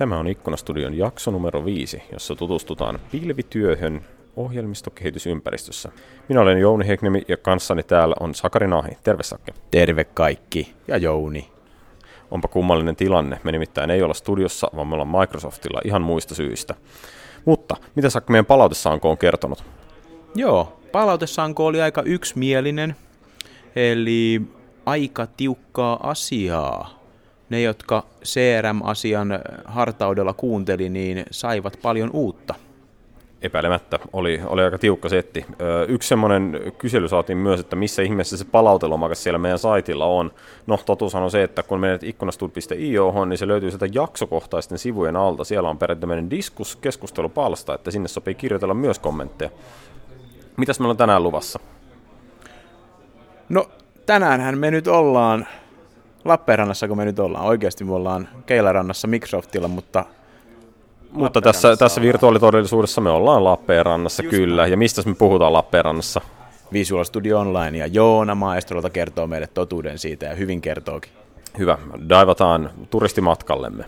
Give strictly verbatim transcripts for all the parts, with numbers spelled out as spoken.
Tämä on Ikkunastudion jakso numero viisi, jossa tutustutaan pilvityöhön ohjelmistokehitysympäristössä. Minä olen Jouni Heknemi ja kanssani täällä on Sakari Nahi. Terve Sakke. Terve kaikki ja Jouni. Onpa kummallinen tilanne. Me nimittäin ei olla studiossa, vaan me ollaan Microsoftilla ihan muista syistä. Mutta mitä Sakke meidän palautesaanko on kertonut? Joo, palautesaanko oli aika yksimielinen, eli aika tiukkaa asiaa. Ne, jotka C R M-asian hartaudella kuunteli, niin saivat paljon uutta. Epäilemättä. Oli, oli aika tiukka setti. Yksi semmoinen kysely saatiin myös, että missä ihmeessä se palautelomakas siellä meidän saitilla on. No, totuushan on se, että kun menet ikkunastud piste i o, niin se löytyy sieltä jaksokohtaisten sivujen alta. Siellä on periaatteessa diskus, keskustelupalsta, että sinne sopii kirjoitella myös kommentteja. Mitäs meillä on tänään luvassa? No, tänäänhän me nyt ollaan Lappeenrannassa, kun me nyt ollaan. Oikeasti me ollaan Keilarannassa Microsoftilla, mutta... Mutta tässä, tässä virtuaalitodellisuudessa me ollaan Lappeenrannassa, just kyllä. Ja mistä me puhutaan Lappeenrannassa? Visual Studio Online, ja Joona Maestrolta kertoo meille totuuden siitä, ja hyvin kertookin. Hyvä, daivataan turistimatkallemme.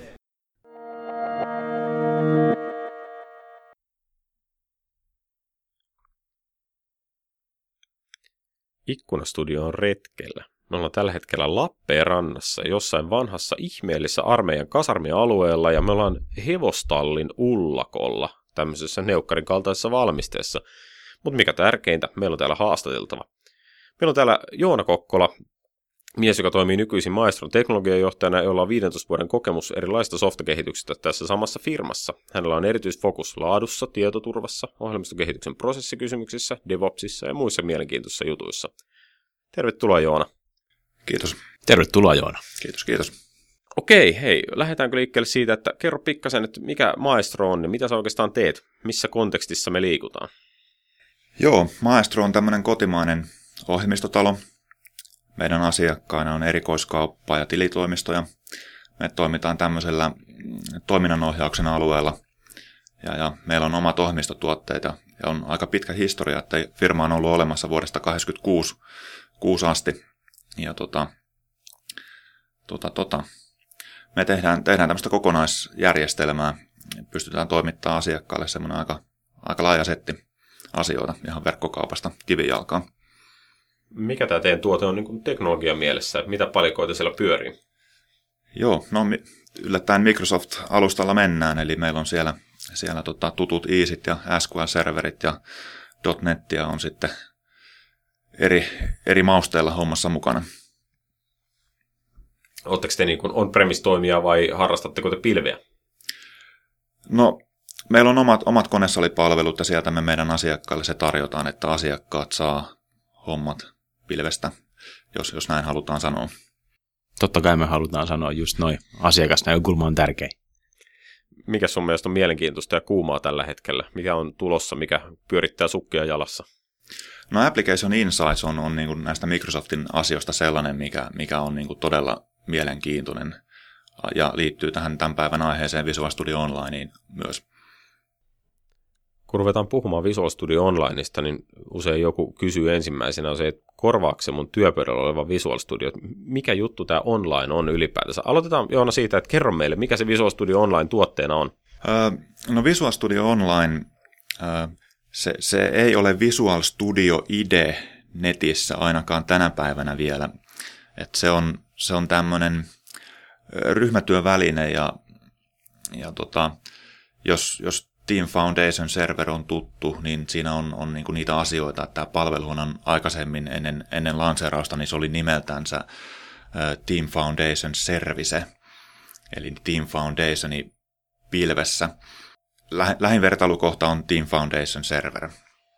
Ikkunastudio on retkellä. Me ollaan tällä hetkellä Lappeenrannassa, jossain vanhassa ihmeellisessä armeijan kasarmialueella, ja me ollaan hevostallin ullakolla, tämmöisessä neukkarin kaltaisessa valmisteessa. Mutta mikä tärkeintä, meillä on täällä haastateltava. Meillä on täällä Joona Kokkola, mies, joka toimii nykyisin Maestron teknologiajohtajana, jolla on viidentoista vuoden kokemus erilaisista softakehityksestä tässä samassa firmassa. Hänellä on erityisfokus laadussa, tietoturvassa, ohjelmistokehityksen prosessikysymyksissä, DevOpsissa ja muissa mielenkiintoisissa jutuissa. Tervetuloa Joona. Kiitos. Tervetuloa Joona. Kiitos, kiitos. Okei, hei, lähdetäänkö liikkeelle siitä, että kerro pikkasen, että mikä Maestro on ja mitä sä oikeastaan teet, missä kontekstissa me liikutaan? Joo, Maestro on tämmöinen kotimainen ohjelmistotalo. Meidän asiakkaina on erikoiskauppa ja tilitoimistoja. Me toimitaan tämmöisellä toiminnanohjauksen alueella ja, ja meillä on omat ohjelmistotuotteita ja on aika pitkä historia, että firma on ollut olemassa vuodesta tuhatyhdeksänsataakahdeksankymmentäkuusi asti. Ja tota, tota, tota. Me tehdään, tehdään tämmöistä kokonaisjärjestelmää, pystytään toimittamaan asiakkaalle semmoinen aika, aika laaja setti asioita ihan verkkokaupasta kivijalkaan. Mikä tämä teidän tuote on niin kuin teknologian mielessä? Mitä palikoita siellä pyörii? Joo, no yllättäen Microsoft-alustalla mennään, eli meillä on siellä, siellä tota, tutut Easyt ja S Q L-serverit ja .NETia on sitten eri, eri mausteilla hommassa mukana. Oletteko te niin kuin on-premise-toimija vai harrastatteko te pilveä? No, meillä on omat, omat konesalipalvelut ja sieltä me meidän asiakkaille se tarjotaan, että asiakkaat saa hommat pilvestä, jos, jos näin halutaan sanoa. Totta kai me halutaan sanoa just noin. Asiakasnäkökulma on tärkein. Mikä sun mielestä on mielenkiintoista ja kuumaa tällä hetkellä? Mikä on tulossa, mikä pyörittää sukkia jalassa? No Application Insights on, on niin kuin näistä Microsoftin asioista sellainen, mikä, mikä on niin kuin todella mielenkiintoinen ja liittyy tähän tämän päivän aiheeseen Visual Studio Onlineen myös. Kun ruvetaan puhumaan Visual Studio Onlineista, niin usein joku kysyy ensimmäisenä on se, että korvaako se mun työpöydällä oleva Visual Studio? Mikä juttu tämä online on ylipäätänsä? Aloitetaan Joona siitä, että kerro meille, mikä se Visual Studio Online tuotteena on? Öö, no Visual Studio Online, öö, se, se ei ole Visual Studio I D E netissä ainakaan tänä päivänä vielä. Et se on, se on tämmöinen ryhmätyöväline ja, ja tota, jos, jos Team Foundation Server on tuttu, niin siinä on, on niin kuin niitä asioita, että tämä palveluhan on aikaisemmin ennen, ennen lanseerausta, niin se oli nimeltänsä uh, Team Foundation Service, eli Team Foundationi pilvessä. Läh, lähin vertailukohta on Team Foundation Server.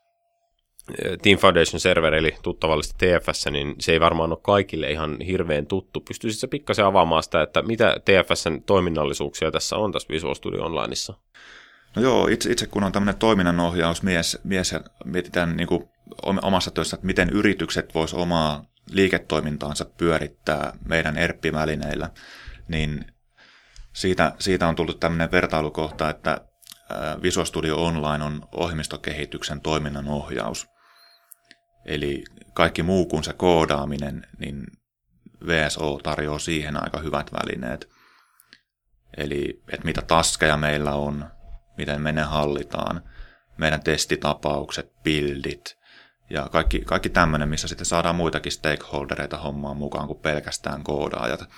Team Foundation Server, eli tuttavallisesti T F S, niin se ei varmaan ole kaikille ihan hirveän tuttu. Pystyisitkö pikkasen avaamaan sitä, että mitä T F S:n toiminnallisuuksia tässä on tässä Visual Studio Onlineissa? No joo, itse, itse kun on tämmöinen toiminnanohjausmies mies ja mietitään niin kuin omassa työssä, että miten yritykset vois omaa liiketoimintaansa pyörittää meidän E R P-välineillä, niin siitä, siitä on tullut tämmöinen vertailukohta, että Visual Studio Online on ohjelmistokehityksen toiminnanohjaus. Eli kaikki muu kuin se koodaaminen, niin V S O tarjoaa siihen aika hyvät välineet. Eli että mitä taskeja meillä on, miten me ne hallitaan, meidän testitapaukset, buildit ja kaikki, kaikki tämmöinen, missä sitten saadaan muitakin stakeholdereita hommaan mukaan kuin pelkästään koodaajat.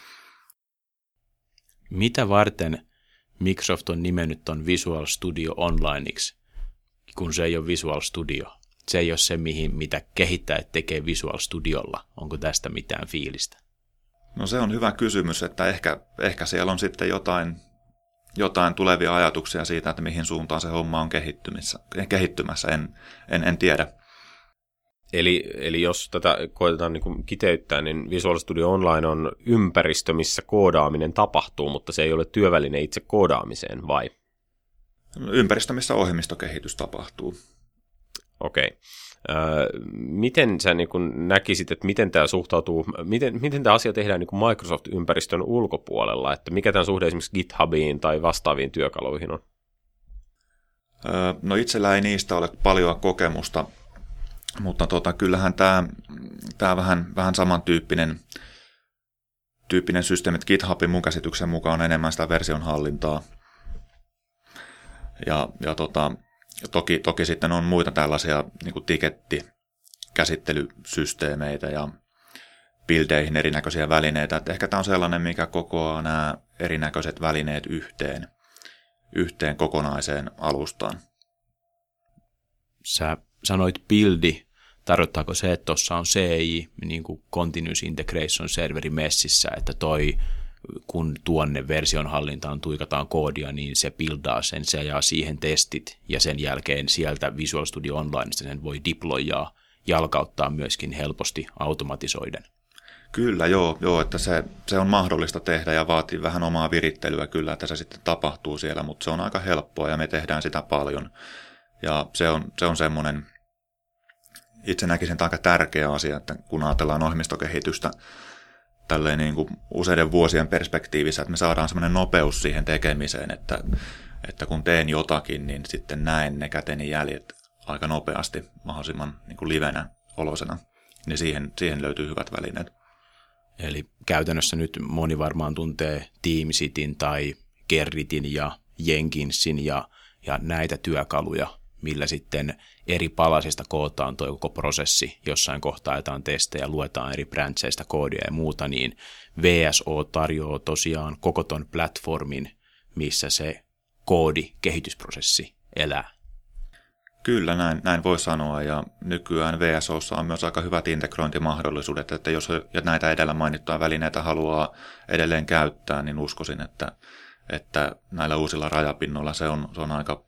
Mitä varten Microsoft on nimennyt ton Visual Studio Onlineiksi, kun se ei ole Visual Studio? Se ei ole se, mihin, mitä kehittäjät tekee Visual Studiolla. Onko tästä mitään fiilistä? No se on hyvä kysymys, että ehkä, ehkä siellä on sitten jotain, jotain tulevia ajatuksia siitä, että mihin suuntaan se homma on kehittymässä. kehittymässä. En, en, en tiedä. Eli, eli jos tätä koetetaan niin kuin kiteyttää, niin Visual Studio Online on ympäristö, missä koodaaminen tapahtuu, mutta se ei ole työväline itse koodaamiseen, vai? Ympäristö, missä ohjelmistokehitys tapahtuu. Okei. Öö, miten sä niin kun näkisit, että miten tämä suhtautuu, miten, miten tämä asia tehdään niin kuin Microsoft-ympäristön ulkopuolella, että mikä tämän suhde esimerkiksi GitHubiin tai vastaaviin työkaluihin on? Öö, no itsellä ei niistä ole paljon kokemusta, mutta tota, kyllähän tämä, tämä vähän, vähän samantyyppinen tyyppinen systeemi, että GitHubin mun käsityksen mukaan on enemmän sitä version hallintaa. Ja, ja tota, toki, toki sitten on muita tällaisia niin kuin tikettikäsittelysysteemeitä ja buildeihin erinäköisiä välineitä. Että ehkä tämä on sellainen, mikä kokoaa nämä erinäköiset välineet yhteen, yhteen kokonaiseen alustaan. Sä sanoit buildi. Tarkoittaako se, että tuossa on C I, niin kuin Continuous Integration Serveri messissä, että toi, kun tuonne version hallintaan tuikataan koodia, niin se buildaa sen, se ajaa siihen testit, ja sen jälkeen sieltä Visual Studio Onlinesta sen voi deployaa, jalkauttaa myöskin helposti automatisoiden. Kyllä, joo, joo että se, se on mahdollista tehdä ja vaatii vähän omaa virittelyä kyllä, että se sitten tapahtuu siellä, mutta se on aika helppoa ja me tehdään sitä paljon. Ja se on, se on semmoinen, itse näkisin, että aika tärkeä asia, että kun ajatellaan ohjelmistokehitystä tälleen niin kuin useiden vuosien perspektiivissä, että me saadaan semmoinen nopeus siihen tekemiseen, että, että kun teen jotakin, niin sitten näen ne käteni jäljet aika nopeasti mahdollisimman niin kuin livenä olosena, niin siihen, siihen löytyy hyvät välineet. Eli käytännössä nyt moni varmaan tuntee TeamSitin tai Gerritin ja Jenkinsin ja, ja näitä työkaluja, millä sitten eri palasista kootaan tuo koko prosessi, jossain kohtaa ajetaan testejä, luetaan eri brancheista koodia ja muuta, niin V S O tarjoaa tosiaan koko ton platformin, missä se koodi, kehitysprosessi elää. Kyllä, näin, näin voi sanoa, ja nykyään V S O:ssa on myös aika hyvät integrointimahdollisuudet, että jos näitä edellä mainittuja välineitä haluaa edelleen käyttää, niin uskoisin, että, että näillä uusilla rajapinnoilla se on, se on aika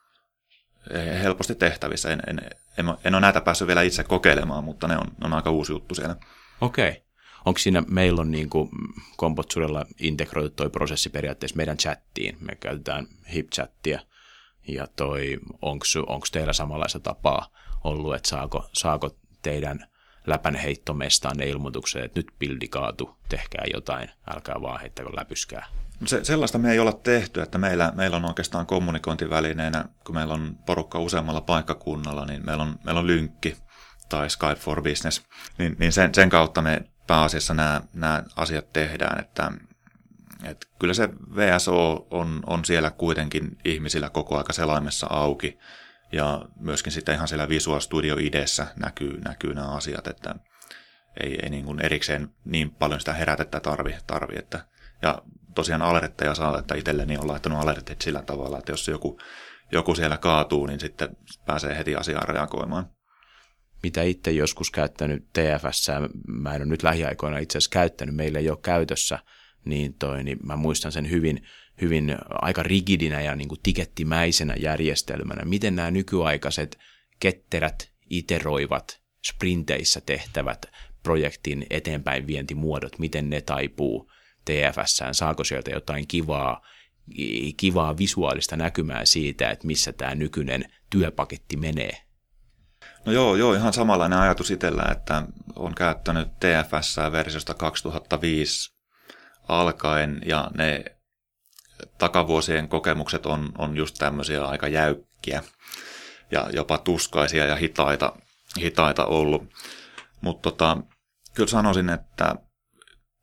helposti tehtävissä. En, en, en, en ole näitä päässyt vielä itse kokeilemaan, mutta ne on, ne on aika uusi juttu siellä. Okei. Onko siinä, meillä on niin kuin Compotsurella integroitu toi prosessi periaatteessa meidän chattiin. Me käytetään HipChattia. Ja toi, onko teillä samanlaista tapaa ollut, että saako, saako teidän läpänheittomestaan ne ilmoitukset, että nyt buildi kaatu, tehkää jotain, älkää vaan heittäkö läpyskää. Se, sellaista me ei olla tehty, että meillä, meillä on oikeastaan kommunikointivälineenä, kun meillä on porukka useammalla paikkakunnalla, niin meillä on, meillä on Lynkki tai Skype for Business, niin, niin sen, sen kautta me pääasiassa nämä, nämä asiat tehdään, että, että kyllä se V S O on, on siellä kuitenkin ihmisillä koko aika selaimessa auki, ja myöskin sitten ihan siellä Visual Studio idessä näkyy, näkyy nämä asiat, että ei, ei niin kuin erikseen niin paljon sitä herätettä tarvi, tarvi että, ja tosiaan alertteja saa, että itselleni on laittanut alertit sillä tavalla, että jos joku, joku siellä kaatuu, niin sitten pääsee heti asiaan reagoimaan. Mitä itse joskus käyttänyt T F S, mä en ole nyt lähiaikoina itse asiassa käyttänyt, meillä ei ole käytössä, niin, toi, niin mä muistan sen hyvin, hyvin aika rigidinä ja niin kuin tikettimäisenä järjestelmänä. Miten nämä nykyaikaiset ketterät, iteroivat, sprinteissä tehtävät projektin eteenpäin vientimuodot, miten ne taipuu T F S:ään? Saako sieltä jotain kivaa, kivaa visuaalista näkymää siitä, että missä tämä nykyinen työpaketti menee? No joo, joo, ihan samanlainen ajatus itsellä, että olen käyttänyt T F S:ää versiosta kaksituhattaviisi alkaen, ja ne takavuosien kokemukset on, on just tämmöisiä aika jäykkiä ja jopa tuskaisia ja hitaita, hitaita ollut. Mutta tota, kyllä sanoisin, että T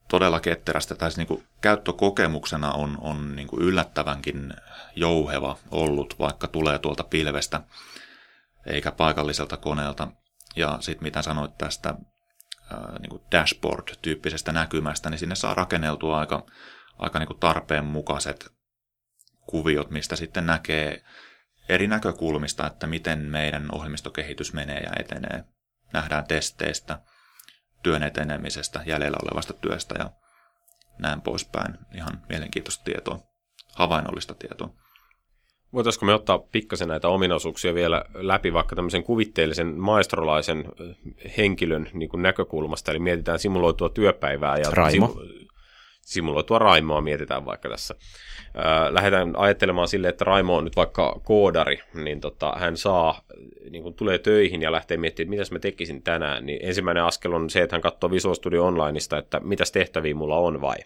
todella ketterästi, tai niin kuin käyttökokemuksena on, on niin kuin yllättävänkin jouheva ollut, vaikka tulee tuolta pilvestä eikä paikalliselta koneelta. Ja sitten mitä sanoit tästä ää, niin kuin dashboard-tyyppisestä näkymästä, niin sinne saa rakenneltua aika, aika niin kuin tarpeen mukaiset kuviot, mistä sitten näkee eri näkökulmista, että miten meidän ohjelmistokehitys menee ja etenee. Nähdään testeistä, työn etenemisestä, jäljellä olevasta työstä ja näin poispäin. Ihan mielenkiintoista tietoa, havainnollista tietoa. Voitaisiko me ottaa pikkasen näitä ominaisuuksia vielä läpi vaikka tämmöisen kuvitteellisen maestrolaisen henkilön niin kuin näkökulmasta, eli mietitään simuloitua työpäivää ja Raimo. Sim- simuloitua Raimoa mietitään vaikka tässä. Ää, lähdetään ajattelemaan sille, että Raimo on nyt vaikka koodari, niin tota, hän saa, niin kun tulee töihin ja lähtee miettimään, että mitäs mä tekisin tänään, niin ensimmäinen askel on se, että hän katsoo Visual Studio Onlineista, että mitäs tehtäviä mulla on vai?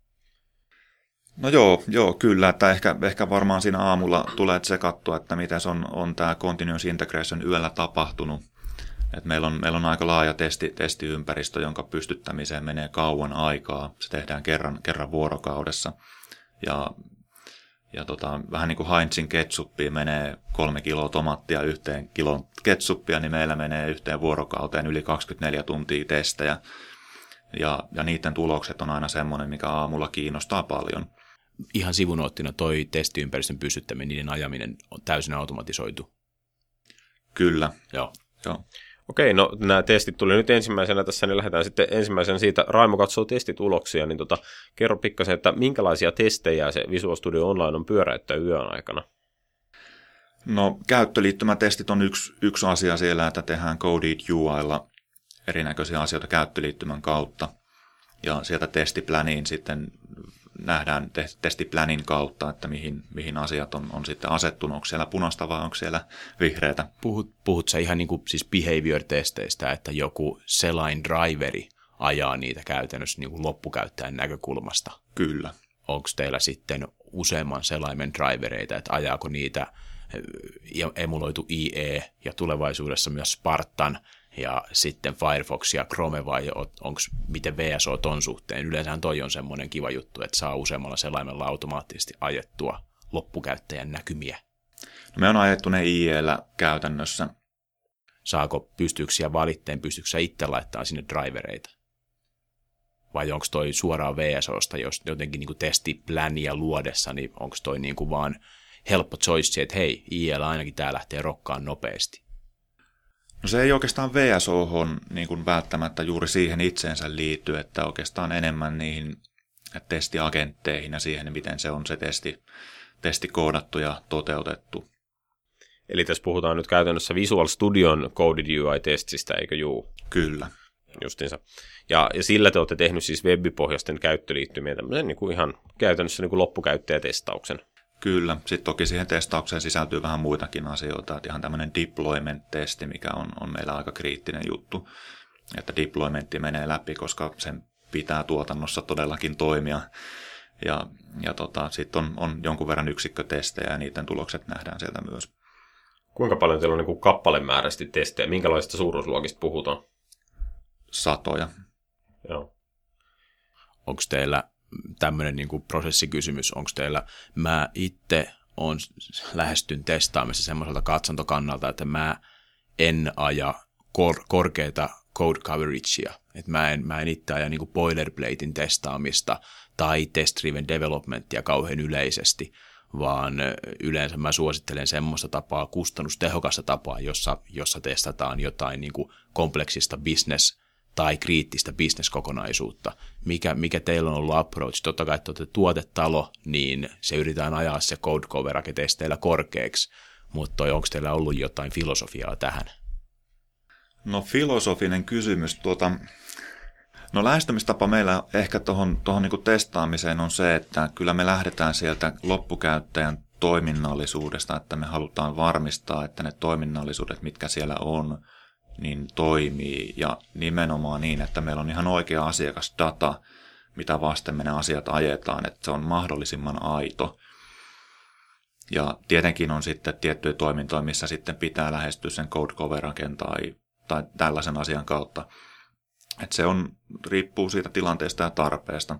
No joo, joo kyllä, että ehkä, ehkä varmaan siinä aamulla tulee tsekattua, että miten on, on tämä Continuous Integration yöllä tapahtunut. Et meillä, on, meillä on aika laaja testi, testiympäristö, jonka pystyttämiseen menee kauan aikaa. Se tehdään kerran, kerran vuorokaudessa. Ja, ja tota, vähän niin kuin Heinzin ketsuppiin menee kolme kiloa tomattia yhteen kilon ketsuppia, niin meillä menee yhteen vuorokauteen yli kaksikymmentäneljä tuntia testejä. Ja, ja niiden tulokset on aina semmoinen, mikä aamulla kiinnostaa paljon. Ihan sivunoottina toi testiympäristön pystyttäminen, niiden ajaminen on täysin automatisoitu. Kyllä. Joo. Joo. Okei, no nämä testit tuli nyt ensimmäisenä tässä, niin lähdetään sitten ensimmäisen siitä. Raimo katsoo testituloksia, niin tota, kerro pikkasen, että minkälaisia testejä se Visual Studio Online on pyöräyttää yön aikana? No käyttöliittymätestit on yksi, yksi asia siellä, että tehdään Coded U I:lla erinäköisiä asioita käyttöliittymän kautta. Ja sieltä testipläniin sitten nähdään te- testiplänin kautta, että mihin, mihin asiat on, on sitten asettunut. Onko siellä punaista vai onko siellä vihreätä? Puhut, puhut sä ihan niin kuin siis behavior-testeistä, että joku selain-driveri ajaa niitä käytännössä niin kuin loppukäyttäjän näkökulmasta? Kyllä. Onko teillä sitten useamman selaimen drivereita, että ajaako niitä emuloitu I E ja tulevaisuudessa myös Spartan ja sitten Firefox ja Chrome vai onko miten V S O ton suhteen? Yleensähän toi on semmoinen kiva juttu, että saa useammalla selaimella automaattisesti ajettua loppukäyttäjän näkymiä. No me on ajettu ne I E:llä käytännössä. Saako pystyksiä valitteen, pystyykö itse laittaa sinne drivereita? Vai onko toi suoraan V S Osta, jos jotenkin niin kuin testipläniä luodessa, niin onko toi niin kuin vaan helppo choice, että hei, I E:llä ainakin tää lähtee rokkaan nopeasti? No se ei oikeastaan V S O:hon niin kuin välttämättä juuri siihen itseensä liity, että oikeastaan enemmän niihin testiagentteihin ja siihen, miten se on se testi, testi koodattu ja toteutettu. Eli tässä puhutaan nyt käytännössä Visual Studion Coded U I-testistä, eikö juu? Kyllä. Justiinsa. Ja, ja sillä te olette tehnyt siis web-pohjaisten käyttöliittymiä tämmöisen niin kuin ihan käytännössä niin kuin loppukäyttäjätestauksen. Kyllä. Sitten toki siihen testaukseen sisältyy vähän muitakin asioita, että ihan tämmöinen deployment-testi, mikä on, on meillä aika kriittinen juttu, että deploymentti menee läpi, koska sen pitää tuotannossa todellakin toimia. Ja, ja tota, sitten on, on jonkun verran yksikkötestejä ja niiden tulokset nähdään sieltä myös. Kuinka paljon teillä on niin kuin kappalemääräisesti testejä? Minkälaisista suuruusluokista puhutaan? Satoja. Joo. Onko teillä tämmöinen niin kuin prosessikysymys, onko teillä, mä itse olen lähestyn testaamassa semmoiselta katsantokannalta, että mä en aja kor- korkeita code coveragea, että mä en, mä en itse aja niin kuin boilerplatein testaamista tai test-driven developmentia kauhean yleisesti, vaan yleensä mä suosittelen semmoista tapaa, kustannustehokasta tapaa, jossa, jossa testataan jotain niin kuin kompleksista business tai kriittistä bisneskokonaisuutta. Mikä, mikä teillä on ollut approach? Totta kai, että olette tuotetalo, niin se yritetään ajaa se code coverage testeillä korkeaksi, mutta onko teillä ollut jotain filosofiaa tähän? No filosofinen kysymys. Tuota, no lähestymistapa meillä ehkä tuohon tohon niinku testaamiseen on se, että kyllä me lähdetään sieltä loppukäyttäjän toiminnallisuudesta, että me halutaan varmistaa, että ne toiminnallisuudet, mitkä siellä on, niin toimii ja nimenomaan niin, että meillä on ihan oikea asiakasdata, mitä vasten me ne asiat ajetaan, että se on mahdollisimman aito. Ja tietenkin on sitten tiettyjä toimintoja, missä sitten pitää lähestyä sen code coveragen tai, tai tällaisen asian kautta. Et se on, riippuu siitä tilanteesta ja tarpeesta.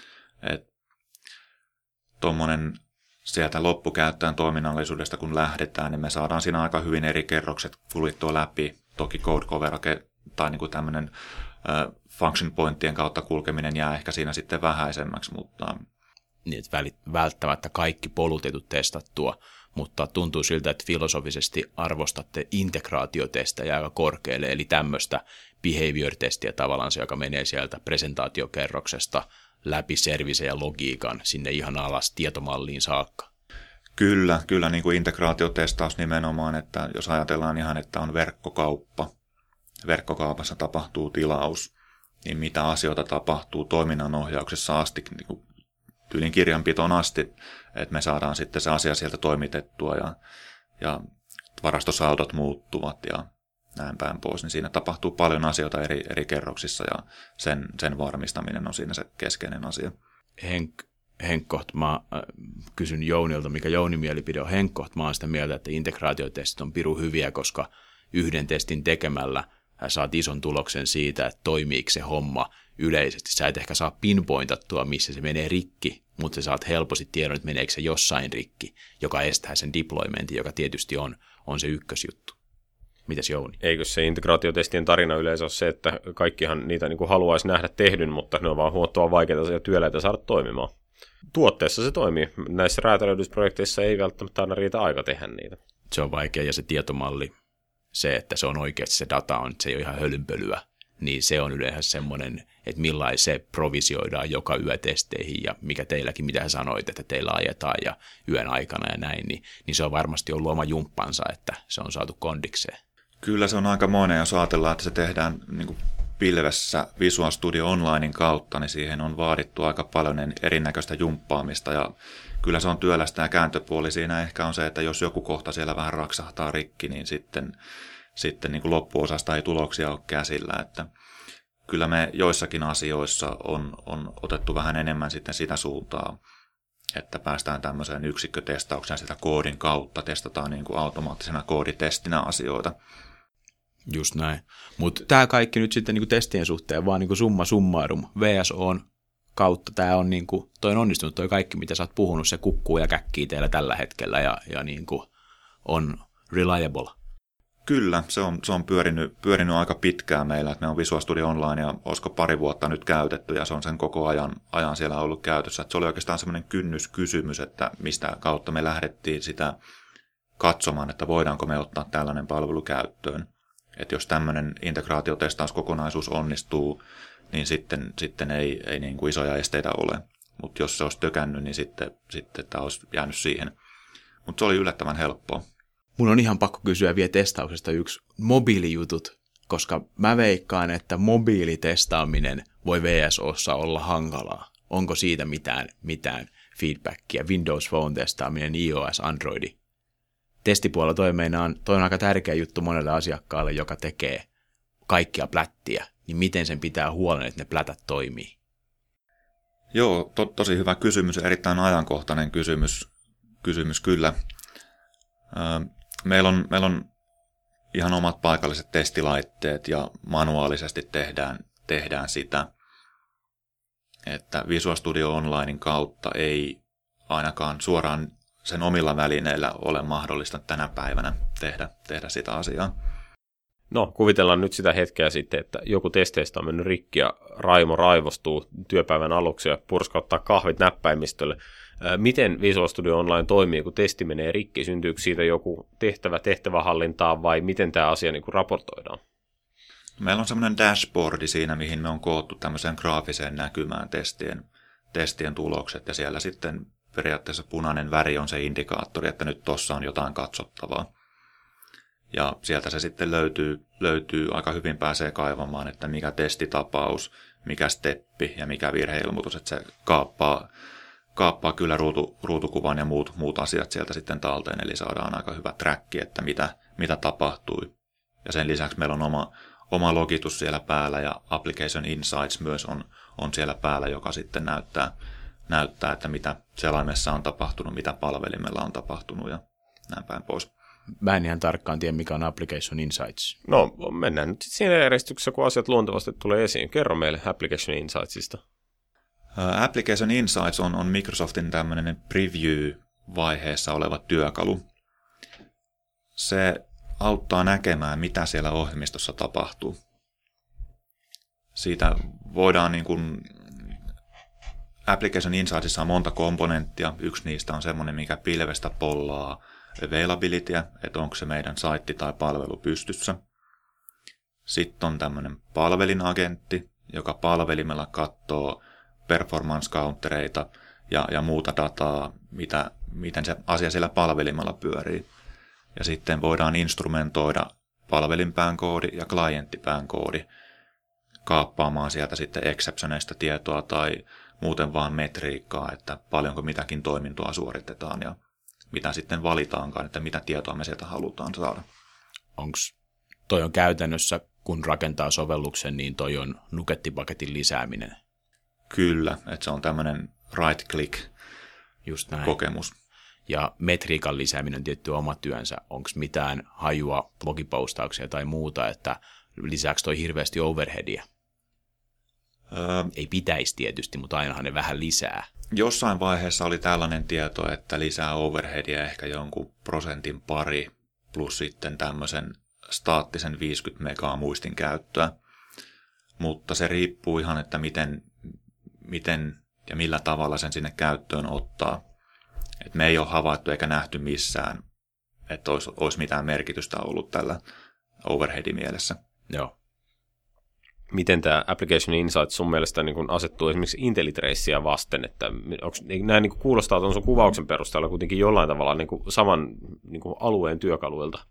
Tuommoinen sieltä loppukäyttäjän toiminnallisuudesta kun lähdetään, niin me saadaan siinä aika hyvin eri kerrokset kuljettua läpi. Toki code coverage tai niin kuin tämmöinen uh, function pointtien kautta kulkeminen jää ehkä siinä sitten vähäisemmäksi, mutta... Niin, että välttämättä kaikki polut ei tule testattua, mutta tuntuu siltä, että filosofisesti arvostatte integraatiotestejä aika korkealle, eli tämmöistä behavior-testiä tavallaan se, joka menee sieltä presentaatiokerroksesta läpi service ja logiikan sinne ihan alas tietomalliin saakka. Kyllä, kyllä niin kuin integraatiotestaus nimenomaan, että jos ajatellaan ihan, että on verkkokauppa, verkkokaupassa tapahtuu tilaus, niin mitä asioita tapahtuu toiminnanohjauksessa asti, niin kuin tyylin kirjanpitoon asti, että me saadaan sitten se asia sieltä toimitettua ja, ja varastosaudot muuttuvat ja näin päin pois, niin siinä tapahtuu paljon asioita eri, eri kerroksissa ja sen, sen varmistaminen on siinä se keskeinen asia. Henk, Henkkoht, mä kysyn Jounilta, mikä Jounin mielipide on. Henkkoht, mä oon sitä mieltä, että integraatiotestit on piru hyviä, koska yhden testin tekemällä saat ison tuloksen siitä, että toimiiko se homma yleisesti. Sä et ehkä saa pinpointattua, missä se menee rikki, mutta sä saat helposti tiedon, että meneekö se jossain rikki, joka estää sen deploymentin, joka tietysti on, on se ykkösjuttu. Mitäs Jouni? Eikö se integraatiotestien tarina yleensä ole se, että kaikkihan niitä niin kuin haluaisi nähdä tehdyn, mutta ne on vaan huomattavan vaikeita ja työläitä saada toimimaan. Tuotteessa se toimii. Näissä räätälöidysprojekteissa ei välttämättä aina riitä aika tehdä niitä. Se on vaikea ja se tietomalli, se, että se on oikeasti se data on, se ei ole ihan hölynpölyä, niin se on yleensä semmoinen, että millain se provisioidaan joka yö testeihin ja mikä teilläkin, mitä sanoit, että teillä ajetaan ja yön aikana ja näin, niin, niin se on varmasti ollut oma jumppansa, että se on saatu kondikseen. Kyllä se on aika monen, jos ajatellaan, että se tehdään niin kuin pilvessä Visual Studio Onlinein kautta, niin siihen on vaadittu aika paljon erinäköistä jumppaamista ja kyllä se on työlästä ja kääntöpuoli siinä ehkä on se, että jos joku kohta siellä vähän raksahtaa rikki, niin sitten, sitten niin kuin loppuosasta ei tuloksia ole käsillä, että kyllä me joissakin asioissa on, on otettu vähän enemmän sitten sitä suuntaa, että päästään tämmöiseen yksikkötestaukseen sitä koodin kautta, testataan niin kuin automaattisena kooditestinä asioita. Just näin. Mutta tämä kaikki nyt sitten niinku testien suhteen vaan niinku summa summarum. V S O:n kautta tämä on niinku, toi on onnistunut, toi kaikki mitä sä oot puhunut, se kukkuu ja käkkii teillä tällä hetkellä ja, ja niinku on reliable. Kyllä, se on, se on pyörinyt, pyörinyt aika pitkään meillä, että me on Visual Studio Online ja olisiko pari vuotta nyt käytetty ja se on sen koko ajan, ajan siellä ollut käytössä. Että se oli oikeastaan semmoinen kynnyskysymys, että mistä kautta me lähdettiin sitä katsomaan, että voidaanko me ottaa tällainen palvelu käyttöön. Että jos tämmöinen integraatiotestauskokonaisuus onnistuu, niin sitten, sitten ei, ei niin kuin isoja esteitä ole. Mutta jos se olisi tökännyt, niin sitten, sitten tämä olisi jäänyt siihen. Mutta se oli yllättävän helppoa. Mun on ihan pakko kysyä vielä testauksesta yksi mobiilijutut, koska mä veikkaan, että mobiilitestaaminen voi V S O:ssa olla hankalaa. Onko siitä mitään, mitään feedbackia? Windows Phone testaaminen, iOS, Androidi. Testipuolella toi, meinaan, toi on aika tärkeä juttu monelle asiakkaalle, joka tekee kaikkia plättiä, niin miten sen pitää huolen, että ne plätät toimii? Joo, to, tosi hyvä kysymys, erittäin ajankohtainen kysymys, kysymys kyllä. Ö, meillä, on, meillä on ihan omat paikalliset testilaitteet ja manuaalisesti tehdään, tehdään sitä, että Visual Studio Onlinein kautta ei ainakaan suoraan sen omilla välineillä ole mahdollista tänä päivänä tehdä, tehdä sitä asiaa. No, kuvitellaan nyt sitä hetkeä sitten, että joku testeistä on mennyt rikki ja Raimo raivostuu työpäivän aluksi ja purskauttaa kahvit näppäimistölle. Miten Visual Studio Online toimii, kun testi menee rikki? Syntyykö siitä joku tehtävä tehtävähallintaa vai miten tämä asia niin kuin raportoidaan? Meillä on semmoinen dashboardi siinä, mihin me on koottu tämmöiseen graafiseen näkymään testien, testien tulokset ja siellä sitten periaatteessa punainen väri on se indikaattori, että nyt tuossa on jotain katsottavaa. Ja sieltä se sitten löytyy, löytyy aika hyvin pääsee kaivamaan, että mikä testitapaus, mikä steppi ja mikä virheilmoitus, että se kaappaa, kaappaa kyllä ruutu, ruutukuvan ja muut, muut asiat sieltä sitten talteen, eli saadaan aika hyvä tracki, että mitä, mitä tapahtui. Ja sen lisäksi meillä on oma, oma logitus siellä päällä ja Application Insights myös on, on siellä päällä, joka sitten näyttää, näyttää, että mitä selaimessa on tapahtunut, mitä palvelimella on tapahtunut ja näin päin pois. Mä en ihan tarkkaan tiedä, mikä on Application Insights. No, mennään nyt siinä järjestyksessä, kun asiat luontevasti tulee esiin. Kerro meille Application Insightsista. Application Insights on, on Microsoftin tämmöinen preview-vaiheessa oleva työkalu. Se auttaa näkemään, mitä siellä ohjelmistossa tapahtuu. Siitä voidaan niin kuin, Application Insightsissa on monta komponenttia. Yksi niistä on semmoinen, mikä pilvestä pollaa availabilityä, että onko se meidän saitti tai palvelu pystyssä. Sitten on tämmöinen palvelinagentti, joka palvelimella katsoo performance-countereita ja, ja muuta dataa, mitä, miten se asia siellä palvelimella pyörii. Ja sitten voidaan instrumentoida palvelinpään koodi ja klienttipään koodi kaappaamaan sieltä sitten exceptioneista tietoa tai muuten vaan metriikkaa, että paljonko mitäkin toimintoa suoritetaan ja mitä sitten valitaankaan, että mitä tietoa me sieltä halutaan saada. Onks toi on käytännössä, kun rakentaa sovelluksen, niin toi on nukettipaketin lisääminen? Kyllä, että se on tämmöinen right-click Just näin. kokemus. Ja metriikan lisääminen on tietty oma työnsä. Onko mitään hajua, blogipostauksia tai muuta, että lisääkö toi hirveästi overheadia? Öö, Ei pitäisi tietysti, mutta ainahan ne vähän lisää. Jossain vaiheessa oli tällainen tieto, että lisää overheadia ehkä jonkun prosentin pari plus sitten tämmöisen staattisen viisikymmentä megaa muistin käyttöä. Mutta se riippuu ihan, että miten, miten ja millä tavalla sen sinne käyttöön ottaa. Et me ei ole havaittu eikä nähty missään, että olisi, olisi mitään merkitystä ollut tällä overheadin mielessä. Joo. Miten tämä Application Insights sun mielestä niin kun asettuu esimerkiksi IntelliTracea vasten, että onko, näin niin kuulostaa tuon sun kuvauksen perusteella kuitenkin jollain tavalla niin kuin saman niin kuin alueen työkaluilta?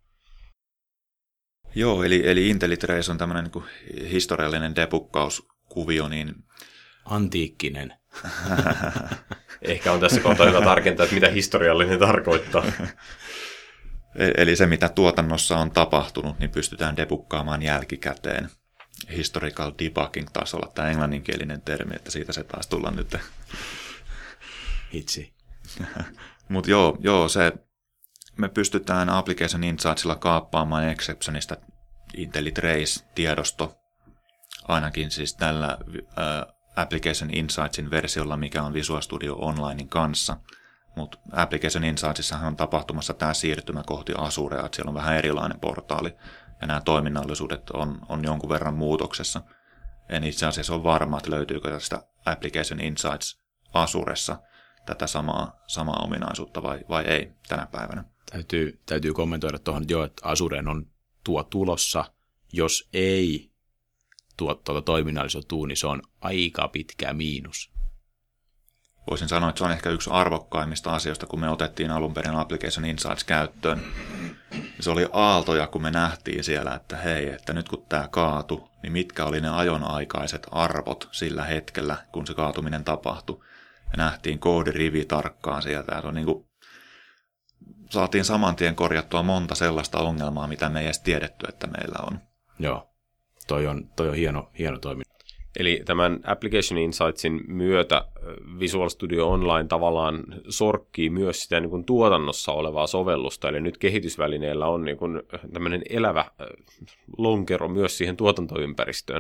Joo, eli, eli IntelliTrace on tämmöinen niin kuin historiallinen debukkauskuvio, niin Antiikkinen. Ehkä on tässä kohtaa hyvä tarkentaa, että mitä historiallinen tarkoittaa. Eli se, mitä tuotannossa on tapahtunut, niin pystytään debukkaamaan jälkikäteen. Historical debugging taisi olla tämä englanninkielinen termi, että siitä se taas tullaan nyt. Hitsi. Mutta joo, joo, se, me pystytään Application Insightsilla kaappaamaan exceptionista IntelliTrace-tiedosto, ainakin siis tällä äh, Application Insightsin versiolla, mikä on Visual Studio Onlinein kanssa. Mutta Application Insightsissahan on tapahtumassa tämä siirtymä kohti Azurea, että siellä on vähän erilainen portaali, ja nämä toiminnallisuudet on, on jonkun verran muutoksessa. En itse asiassa ole varma, että löytyykö tästä Application Insights Azuressa tätä samaa, samaa ominaisuutta vai, vai ei tänä päivänä. Täytyy, täytyy kommentoida tuohon, että joo, että Azureen on tuo tulossa. Jos ei tuo tuota toiminnallisuutta tuu, niin se on aika pitkä miinus. Voisin sanoa, että se on ehkä yksi arvokkaimmista asioista, kun me otettiin alun perin Application Insights käyttöön. Se oli aaltoja, kun me nähtiin siellä, että hei, että nyt kun tämä kaatui, niin mitkä oli ne ajonaikaiset arvot sillä hetkellä, kun se kaatuminen tapahtui. Ja nähtiin koodirivi tarkkaan sieltä. Se on niin kuin, saatiin saman tien korjattua monta sellaista ongelmaa, mitä me ei edes tiedetty, että meillä on. Joo, toi on, toi on hieno, hieno toiminta. Eli tämän Application Insightsin myötä Visual Studio Online tavallaan sorkkii myös sitä niin kuin tuotannossa olevaa sovellusta, eli nyt kehitysvälineellä on niin kuin tämmöinen elävä lonkero myös siihen tuotantoympäristöön.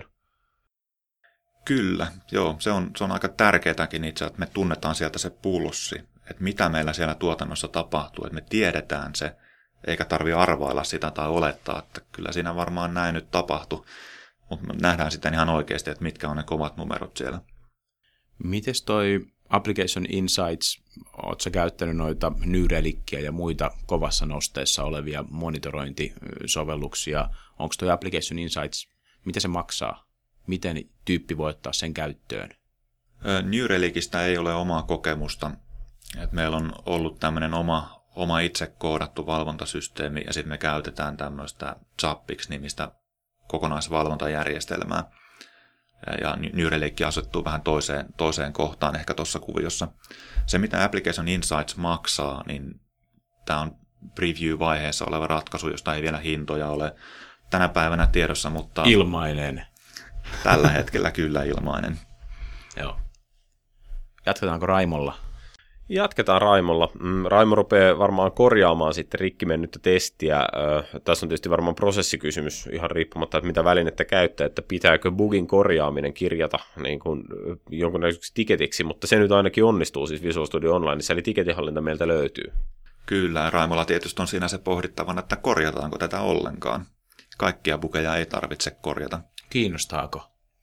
Kyllä, joo, se on, se on aika tärkeätäkin itse, että me tunnetaan sieltä se pulssi, että mitä meillä siellä tuotannossa tapahtuu, että me tiedetään se, eikä tarvitse arvailla sitä tai olettaa, että kyllä siinä varmaan näin nyt tapahtui. Mutta nähdään sitten ihan oikeasti, että mitkä on ne kovat numerot siellä. Mites toi Application Insights, ootko sä käyttänyt noita New Relickia ja muita kovassa nosteessa olevia monitorointisovelluksia? Onko toi Application Insights, mitä se maksaa? Miten tyyppi voi ottaa sen käyttöön? New Relicistä ei ole omaa kokemusta. Et meillä on ollut tämmöinen oma, oma itse koodattu valvontasysteemi ja sitten me käytetään tämmöistä Zappix-nimistä kokonaisvalvontajärjestelmää. Ja New Relic asettuu vähän toiseen, toiseen kohtaan ehkä tuossa kuviossa. Se, mitä Application Insights maksaa, niin tämä on preview-vaiheessa oleva ratkaisu, josta ei vielä hintoja ole tänä päivänä tiedossa, mutta ilmainen. Tällä hetkellä kyllä ilmainen. Joo. Jatketaanko Raimolla? Jatketaan Raimolla. Raimo rupeaa varmaan korjaamaan sitten rikki mennyttä testiä. Tässä on tietysti varmaan prosessikysymys ihan riippumatta, että mitä välinettä käyttää, että pitääkö bugin korjaaminen kirjata niin kuin jonkunnäköiseksi tiketiksi, mutta se nyt ainakin onnistuu siis Visual Studio Onlineissa, eli tiketinhallinta meiltä löytyy. Kyllä, Raimolla tietysti on siinä se pohdittavana, että korjataanko tätä ollenkaan. Kaikkia bugeja ei tarvitse korjata. Kiinnostaako?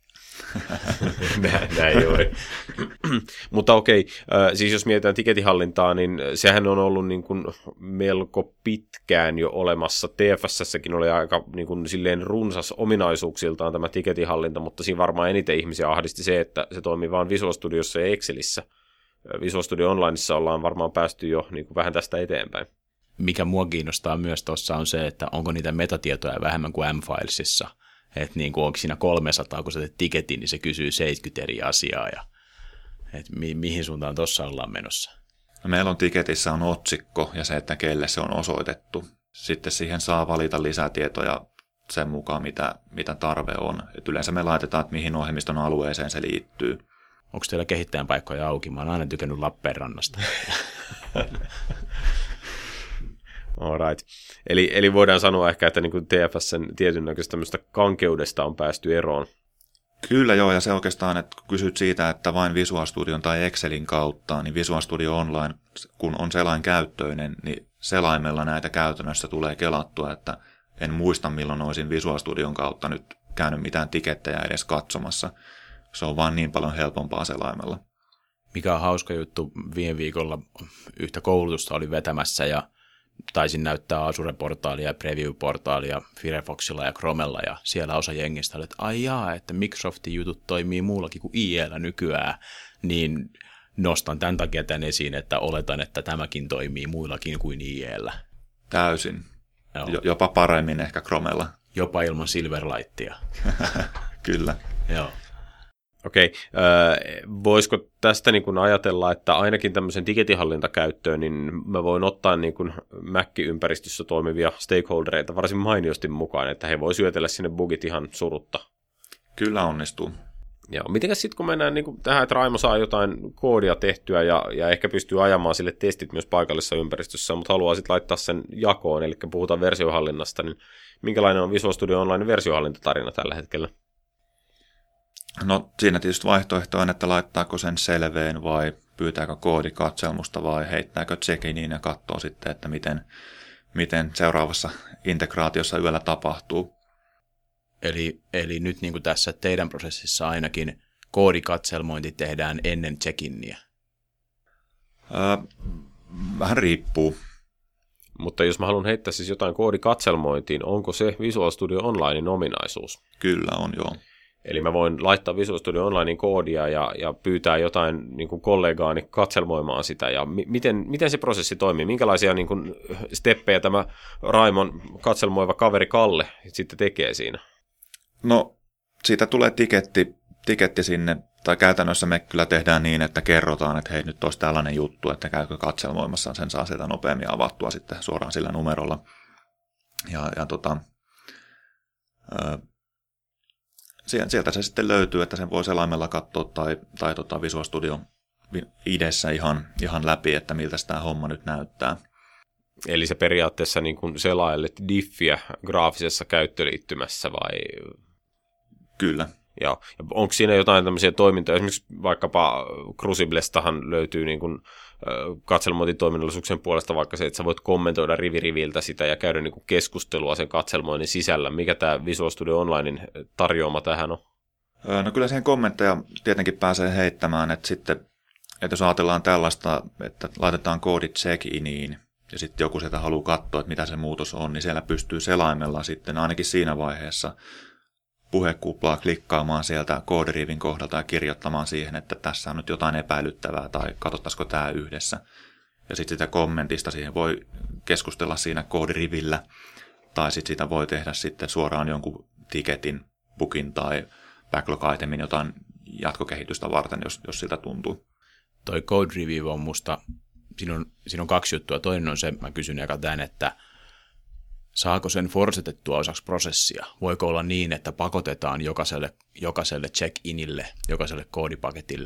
näin, näin juuri. Mutta okei, siis jos mietitään tiketinhallintaa, niin sehän on ollut niin kuin melko pitkään jo olemassa. T F S:ssäkin oli aika niin kuin silleen runsas ominaisuuksiltaan tämä tiketinhallinta, mutta siinä varmaan eniten ihmisiä ahdisti se, että se toimii vain Visual Studiossa ja Excelissä. Visual Studio Onlineissa ollaan varmaan päästy jo niin kuin vähän tästä eteenpäin. Mikä mua kiinnostaa myös tuossa on se, että onko niitä metatietoja vähemmän kuin M-Filesissa. Että niin kuin onko siinä kolmesataa, kun sä teet tiketin, niin se kysyy seitsemänkymmentä eri asiaa. Ja, että mi- mihin suuntaan tuossa ollaan menossa? No meillä on tiketissä on otsikko ja se, että kelle se on osoitettu. Sitten siihen saa valita lisätietoja sen mukaan, mitä, mitä tarve on. Et yleensä me laitetaan, että mihin ohjelmiston alueeseen se liittyy. Onko teillä kehittäjän paikkoja auki? Mä oon aina tykännyt Lappeenrannasta. Alright. Eli, eli voidaan sanoa ehkä, että niin kuin T F S:n tietyn näköistä tämmöistä kankeudesta on päästy eroon. Kyllä joo, ja se oikeastaan, että kun kysyt siitä, että vain Visual Studion tai Excelin kautta, niin Visual Studio Online, kun on selain käyttöinen, niin selaimella näitä käytännössä tulee kelattua, että en muista milloin olisin Visual Studion kautta nyt käynyt mitään tikettejä edes katsomassa. Se on vaan niin paljon helpompaa selaimella. Mikä on hauska juttu, viime viikolla yhtä koulutusta oli vetämässä ja taisin näyttää Azure-portaalia ja Preview-portaalia Firefoxilla ja Chromella, ja siellä osa jengistä oli, että ai jaa, että Microsoftin jutut toimii muullakin kuin I E:llä nykyään, niin nostan tämän takia tämän esiin, että oletan, että tämäkin toimii muillakin kuin I E:llä. Täysin. Jopa paremmin ehkä Chromella. Jopa ilman Silverlightia. Kyllä. Joo. Okei, äh, voisiko tästä niin kun ajatella, että ainakin tämmöisen tiketinhallintakäyttöön, niin mä voin ottaa niin kun Mac-ympäristössä toimivia stakeholdereita varsin mainiosti mukaan, että he voi syötellä sinne bugit ihan surutta. Kyllä onnistuu. Joo, mitenkäs sitten kun mennään niin kun tähän, että Raimo saa jotain koodia tehtyä ja, ja ehkä pystyy ajamaan sille testit myös paikallisessa ympäristössä, mutta haluaa sitten laittaa sen jakoon, eli puhutaan versiohallinnasta, niin minkälainen on Visual Studio Online versiohallintatarina tällä hetkellä? No siinä tietysti vaihtoehto on, että laittaako sen selveen vai pyytääkö koodikatselmusta vai heittääkö check-iniin ja katsoo sitten, että miten, miten seuraavassa integraatiossa yöllä tapahtuu. Eli, eli nyt niin kuin tässä teidän prosessissa ainakin koodikatselmointi tehdään ennen check-inia? Öö, vähän riippuu. Mutta jos mä haluan heittää siis jotain koodikatselmointiin, onko se Visual Studio Onlinein ominaisuus? Kyllä on, joo. Eli mä voin laittaa Visual Studio Onlinein koodia ja, ja pyytää jotain niin kuin kollegaani katselmoimaan sitä. Ja mi- miten, miten se prosessi toimii? Minkälaisia niin kuin steppejä tämä Raimon katselmoiva kaveri Kalle sitten tekee siinä? No, siitä tulee tiketti, tiketti sinne, tai käytännössä me kyllä tehdään niin, että kerrotaan, että hei, nyt olisi tällainen juttu, että käykö katselmoimassa, sen saa sieltä nopeammin avattua sitten suoraan sillä numerolla. Ja, ja tota... Ö, Sieltä se sitten löytyy, että sen voi selaimella katsoa tai, tai tota Visual Studio idessä ihan, ihan läpi, että miltä tämä homma nyt näyttää. Eli se periaatteessa niin kuin selailet diffiä graafisessa käyttöliittymässä vai? Kyllä. Ja onko siinä jotain tämmöisiä toimintoja, esimerkiksi vaikkapa Cruciblestahan löytyy niin kuin katselmointitoiminnallisuuksien puolesta vaikka se, että sä voit kommentoida rivi riviltä sitä ja käydä niin kuin keskustelua sen katselmoinnin sisällä. Mikä tämä Visual Studio Onlinein tarjoama tähän on? No kyllä siihen kommentteja tietenkin pääsee heittämään, että sitten, että jos ajatellaan tällaista, että laitetaan koodit check-iniin ja sitten joku sieltä haluaa katsoa, että mitä se muutos on, niin siellä pystyy selaimella sitten ainakin siinä vaiheessa puhekuplaa klikkaamaan sieltä koodirivin kohdalta ja kirjoittamaan siihen, että tässä on nyt jotain epäilyttävää tai katsottaisiko tämä yhdessä. Ja sitten sitä kommentista siihen voi keskustella siinä koodirivillä tai sitten sitä voi tehdä sitten suoraan jonkun tiketin, bugin tai backlog-itemin jotain jatkokehitystä varten, jos, jos siltä tuntuu. Toi code review on musta, siinä on, siinä on kaksi juttua. Toinen on se, mä kysyn eka tämän, että saako sen forsetettua osaksi prosessia? Voiko olla niin, että pakotetaan jokaiselle, jokaiselle check-inille, jokaiselle koodipaketille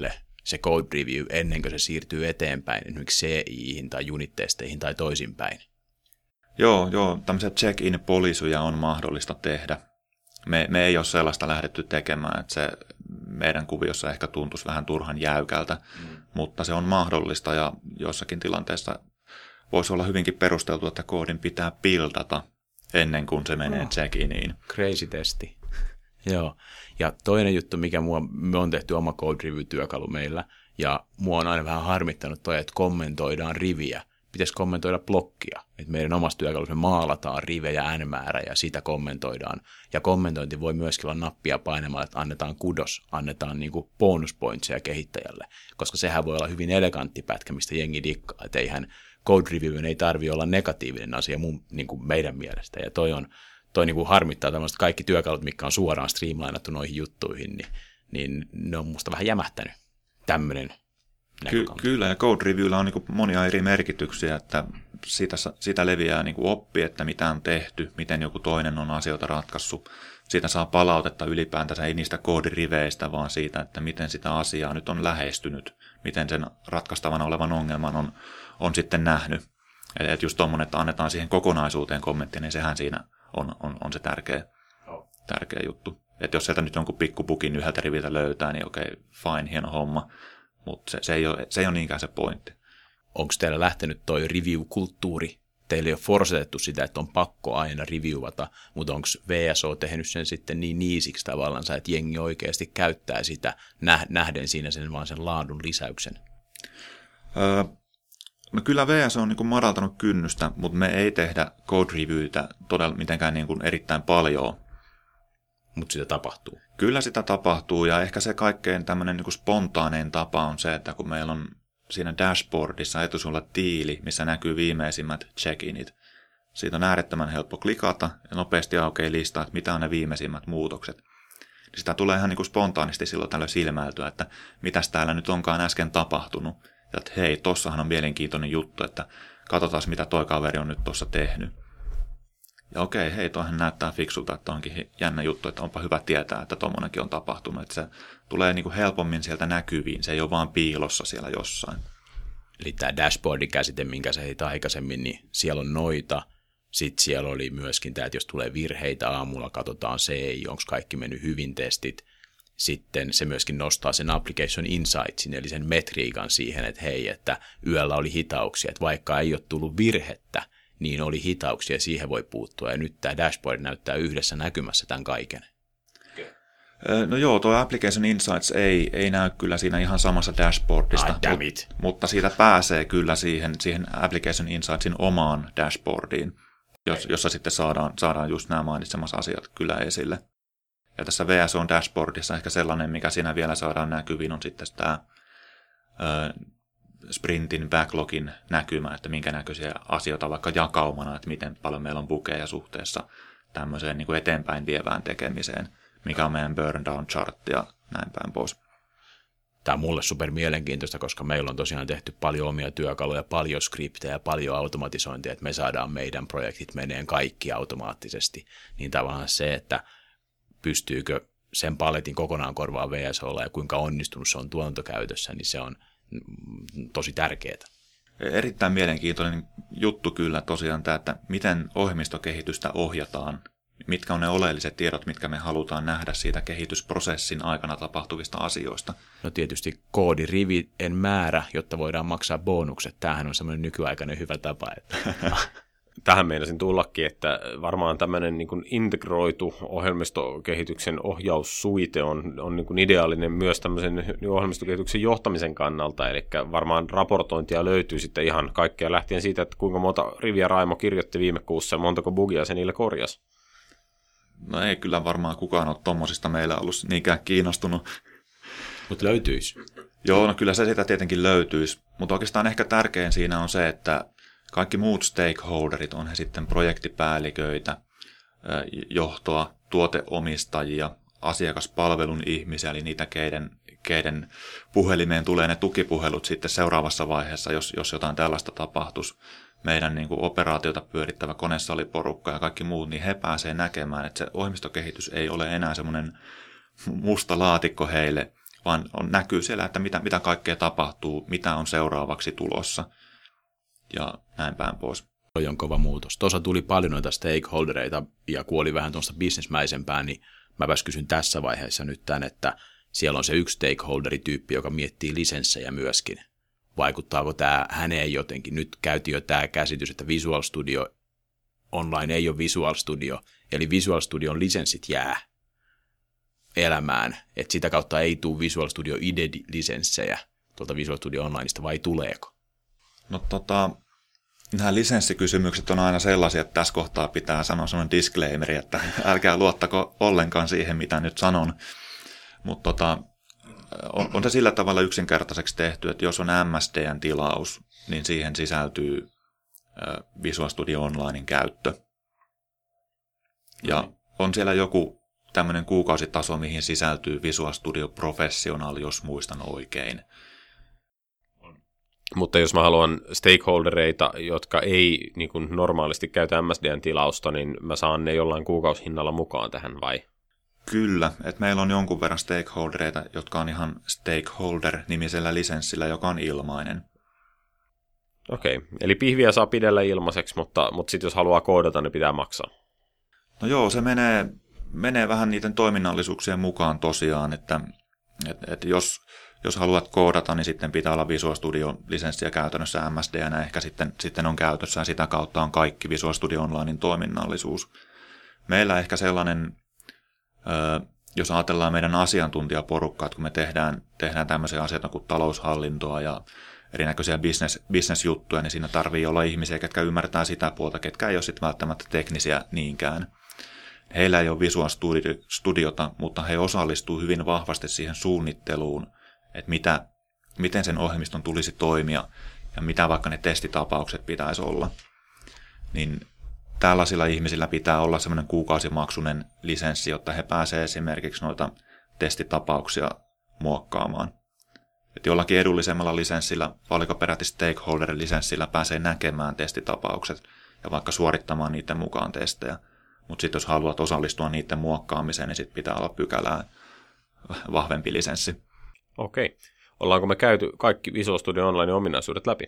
se code review ennen kuin se siirtyy eteenpäin, esimerkiksi C I-ihin tai unit-testeihin tai toisinpäin. Joo, joo, tämmöisiä check-in-poliisuja on mahdollista tehdä. Me, me ei ole sellaista lähdetty tekemään, että se meidän kuviossa ehkä tuntuisi vähän turhan jäykältä, mm. mutta se on mahdollista ja jossakin tilanteessa voisi olla hyvinkin perusteltu, että koodin pitää buildata ennen kuin se menee oh. check-iniin. Crazy-testi. Joo, ja toinen juttu, mikä mua, me on tehty oma code review-työkalu meillä, ja mua on aina vähän harmittanut toi, että kommentoidaan riviä. Pitäisi kommentoida blokkia. Et meidän omassa työkalussa me maalataan rivejä n-määrä ja sitä kommentoidaan. Ja kommentointi voi myöskin olla nappia painamalla, että annetaan kudos, annetaan niinku bonuspointseja kehittäjälle. Koska sehän voi olla hyvin elegantti pätkä, mistä jengi dikkaa. Että eihän code review ei tarvitse olla negatiivinen asia mun, niinku meidän mielestä. Ja toi, on, toi niinku harmittaa tämmöistä kaikki työkalut, mitkä on suoraan streamlainattu noihin juttuihin, niin, niin ne on musta vähän jämähtänyt. Tämmöinen. Ky- kyllä, ja code reviewllä on niin kuin monia eri merkityksiä, että sitä, sitä leviää niin kuin oppi, että mitä on tehty, miten joku toinen on asioita ratkaissut. Siitä saa palautetta ylipäätänsä, ei niistä koodiriveistä, vaan siitä, että miten sitä asiaa nyt on lähestynyt, miten sen ratkaistavana olevan ongelman on, on sitten nähnyt. Että just tuommoinen, että annetaan siihen kokonaisuuteen kommentti, niin sehän siinä on, on, on se tärkeä, tärkeä juttu. Että jos sieltä nyt jonkun pikkubukin yhdeltä riviltä löytää, niin okei, fine, hieno homma. Mutta se, se, ei ole, se ei ole niinkään se pointti. Onko teillä lähtenyt toi review-kulttuuri? Teillä ei ole forsetettu sitä, että on pakko aina reviewata, mutta onko V S O tehnyt sen sitten niin niisiksi tavallaan, että jengi oikeasti käyttää sitä nähden siinä sen vaan sen laadun lisäyksen? Öö, no kyllä V S O on niin kuin madaltanut kynnystä, mutta me ei tehdä code reviewtä todella mitenkään niin kuin erittäin paljon. Mutta sitä tapahtuu. Kyllä sitä tapahtuu, ja ehkä se kaikkein tämmöinen niin kuin spontaanein tapa on se, että kun meillä on siinä dashboardissa etusuulla tiili, missä näkyy viimeisimmät check-init. Siitä on äärettömän helppo klikata ja nopeasti aukeaa listaa, että mitä on ne viimeisimmät muutokset. Sitä tulee ihan niin kuin spontaanisti silloin tällöin silmäiltyä, että mitäs täällä nyt onkaan äsken tapahtunut. Ja että hei, tossahan on mielenkiintoinen juttu, että katsotaan mitä toi kaveri on nyt tuossa tehnyt. Ja okei, hei, toihan näyttää fiksulta, että onkin jännä juttu, että onpa hyvä tietää, että tommonenkin on tapahtunut. Että se tulee niin kuin helpommin sieltä näkyviin, se ei ole vaan piilossa siellä jossain. Eli tämä dashboardin käsite, minkä sä heitit aikaisemmin, niin siellä on noita. Sitten siellä oli myöskin tämä, että jos tulee virheitä aamulla, katsotaan C I, onko kaikki mennyt hyvin testit. Sitten se myöskin nostaa sen application insightsin, eli sen metriikan siihen, että hei, että yöllä oli hitauksia, että vaikka ei ole tullut virhettä, niin oli hitauksia, siihen voi puuttua. Ja nyt tämä dashboard näyttää yhdessä näkymässä tämän kaiken. No joo, tuo Application Insights ei, ei näy kyllä siinä ihan samassa dashboardista, ah, damn it. Mut, mutta siitä pääsee kyllä siihen, siihen Application Insightsin omaan dashboardiin, jos, jossa sitten saadaan, saadaan just nämä mainitsemassa asiat kyllä esille. Ja tässä V S O:n dashboardissa ehkä sellainen, mikä siinä vielä saadaan näkyviin, on sitten tämä ö, sprintin backlogin näkymä, että minkä näköisiä asioita vaikka jakaumana, että miten paljon meillä on bukeja suhteessa tämmöiseen niin kuin eteenpäin vievään tekemiseen, mikä on meidän burn down chart ja näin päin pois. Tämä on mulle super mielenkiintoista, koska meillä on tosiaan tehty paljon omia työkaluja, paljon skriptejä, paljon automatisointia, että me saadaan meidän projektit meneen kaikki automaattisesti. Niin tavallaan se, että pystyykö sen paletin kokonaan korvaa V S O:lla ja kuinka onnistunut se on tuotantokäytössä, niin se on tosi tärkeää. Erittäin mielenkiintoinen juttu kyllä tosiaan tämä, että miten ohjelmistokehitystä ohjataan, mitkä on ne oleelliset tiedot, mitkä me halutaan nähdä siitä kehitysprosessin aikana tapahtuvista asioista. No tietysti koodirivien määrä, jotta voidaan maksaa bonukset. Tämähän on semmoinen nykyaikainen hyvä tapa. Että tähän meinasin tullakin, että varmaan tämmöinen niin kuin integroitu ohjelmistokehityksen ohjaussuite on, on niin kuin ideaalinen myös tämmöisen ohjelmistokehityksen johtamisen kannalta, eli varmaan raportointia löytyy sitten ihan kaikkea lähtien siitä, että kuinka monta riviä Raimo kirjoitti viime kuussa ja montako bugia se niille korjasi. No ei kyllä varmaan kukaan ole tommosista meillä ollut niinkään kiinnostunut. Mutta löytyisi. Joo, no kyllä se sitä tietenkin löytyisi, mutta oikeastaan ehkä tärkein siinä on se, että kaikki muut stakeholderit, on he sitten projektipäälliköitä, johtoa, tuoteomistajia, asiakaspalvelun ihmisiä, eli niitä, keiden, keiden puhelimeen tulee ne tukipuhelut sitten seuraavassa vaiheessa, jos, jos jotain tällaista tapahtuisi. Meidän niin kuin operaatiota pyörittävä konesaliporukka ja kaikki muut, niin he pääsevät näkemään, että se ohjelmistokehitys ei ole enää semmoinen musta laatikko heille, vaan on, näkyy siellä, että mitä, mitä kaikkea tapahtuu, mitä on seuraavaksi tulossa ja näin päin pois. On kova muutos. Tuossa tuli paljon noita stakeholdereita ja kuoli vähän tuosta bisnesmäisempää, niin mäpäs kysyn tässä vaiheessa nyt tämän, että siellä on se yksi stakeholderityyppi, joka miettii lisenssejä myöskin. Vaikuttaako tämä häneen jotenkin? Nyt käytiin jo tämä käsitys, että Visual Studio Online ei ole Visual Studio, eli Visual Studion lisenssit jää elämään, että sitä kautta ei tule Visual Studio I D E-lisenssejä tuolta Visual Studio Onlineista, vai tuleeko? No tota, nämä lisenssikysymykset on aina sellaisia, että tässä kohtaa pitää sanoa sellainen disclaimeri, että älkää luottako ollenkaan siihen, mitä nyt sanon. Mutta tota, on, on se sillä tavalla yksinkertaiseksi tehty, että jos on M S D N-tilaus, niin siihen sisältyy Visual Studio Onlinein käyttö. Ja on siellä joku tämmöinen kuukausitaso, mihin sisältyy Visual Studio Professional, jos muistan oikein. Mutta jos mä haluan stakeholdereita, jotka ei niin kuin normaalisti käytä M S D N-tilausta, niin mä saan ne jollain kuukausihinnalla mukaan tähän, vai? Kyllä, että meillä on jonkun verran stakeholdereita, jotka on ihan stakeholder-nimisellä lisenssillä, joka on ilmainen. Okei, eli pihviä saa pidellä ilmaiseksi, mutta, mutta sitten jos haluaa koodata, niin pitää maksaa. No joo, se menee, menee vähän niiden toiminnallisuuksien mukaan tosiaan, että, että, että jos, jos haluat koodata, niin sitten pitää olla Visual Studio-lisenssiä käytännössä M S D N, ehkä sitten, sitten on käytössä, ja sitä kautta on kaikki Visual Studio Onlinein toiminnallisuus. Meillä ehkä sellainen, jos ajatellaan meidän asiantuntijaporukkaa, että kun me tehdään, tehdään tämmöisiä asioita kuin taloushallintoa ja erinäköisiä business, business-juttuja, niin siinä tarvii olla ihmisiä, ketkä ymmärtää sitä puolta, ketkä ei ole sitten välttämättä teknisiä niinkään. Heillä ei ole Visual Studiota, mutta he osallistuu hyvin vahvasti siihen suunnitteluun, että mitä, miten sen ohjelmiston tulisi toimia ja mitä vaikka ne testitapaukset pitäisi olla. Niin tällaisilla ihmisillä pitää olla semmoinen kuukausimaksuinen lisenssi, jotta he pääsevät esimerkiksi noita testitapauksia muokkaamaan. Että jollakin edullisemmalla lisenssillä, valiko peräti stakeholder-lisenssillä, pääsee näkemään testitapaukset ja vaikka suorittamaan niiden mukaan testejä. Mutta sitten jos haluat osallistua niiden muokkaamiseen, niin sitten pitää olla pykälää vahvempi lisenssi. Okei. Ollaanko me käyty kaikki Visual Studio Online ominaisuudet läpi?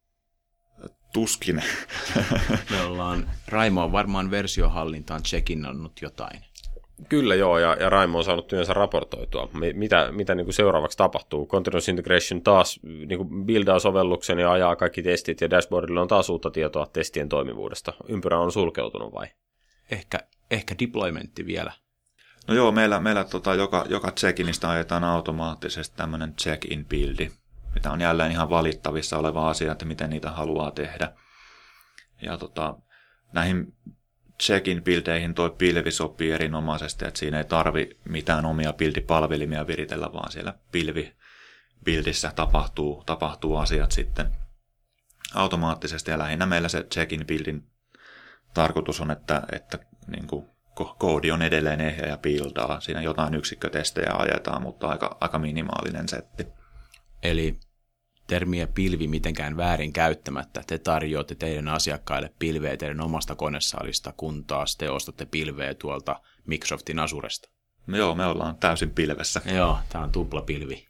Tuskin. Me ollaan, Raimo on varmaan versiohallintaan checkinnannut jotain. Kyllä joo, ja, ja Raimo on saanut työnsä raportoitua. Mitä, mitä niin kuin seuraavaksi tapahtuu? Continuous Integration taas niin kuin buildaa sovelluksen ja ajaa kaikki testit, ja dashboardilla on taas uutta tietoa testien toimivuudesta. Ympyrä on sulkeutunut vai? Ehkä, ehkä deploymentti vielä. No joo, meillä, meillä tota, joka, joka check-inistä ajetaan automaattisesti tämmöinen check-in buildi, mitä on jälleen ihan valittavissa oleva asia, että miten niitä haluaa tehdä. Ja tota, näihin check-in buildeihin toi pilvi sopii erinomaisesti, että siinä ei tarvi mitään omia buildipalvelimia viritellä, vaan siellä pilvi buildissä tapahtuu, tapahtuu asiat sitten automaattisesti. Ja lähinnä meillä se check-in buildin tarkoitus on, että, että niin kuin koodi on edelleen ehjä ja buildaa. Siinä jotain yksikkötestejä ajetaan, mutta aika, aika minimaalinen setti. Eli termiä pilvi mitenkään väärin käyttämättä. Te tarjoatte teidän asiakkaille pilveä teidän omasta konesaalista, kun taas te ostatte pilveä tuolta Microsoftin Azuresta. Joo, me ollaan täysin pilvessä. Joo, tää on tupla pilvi.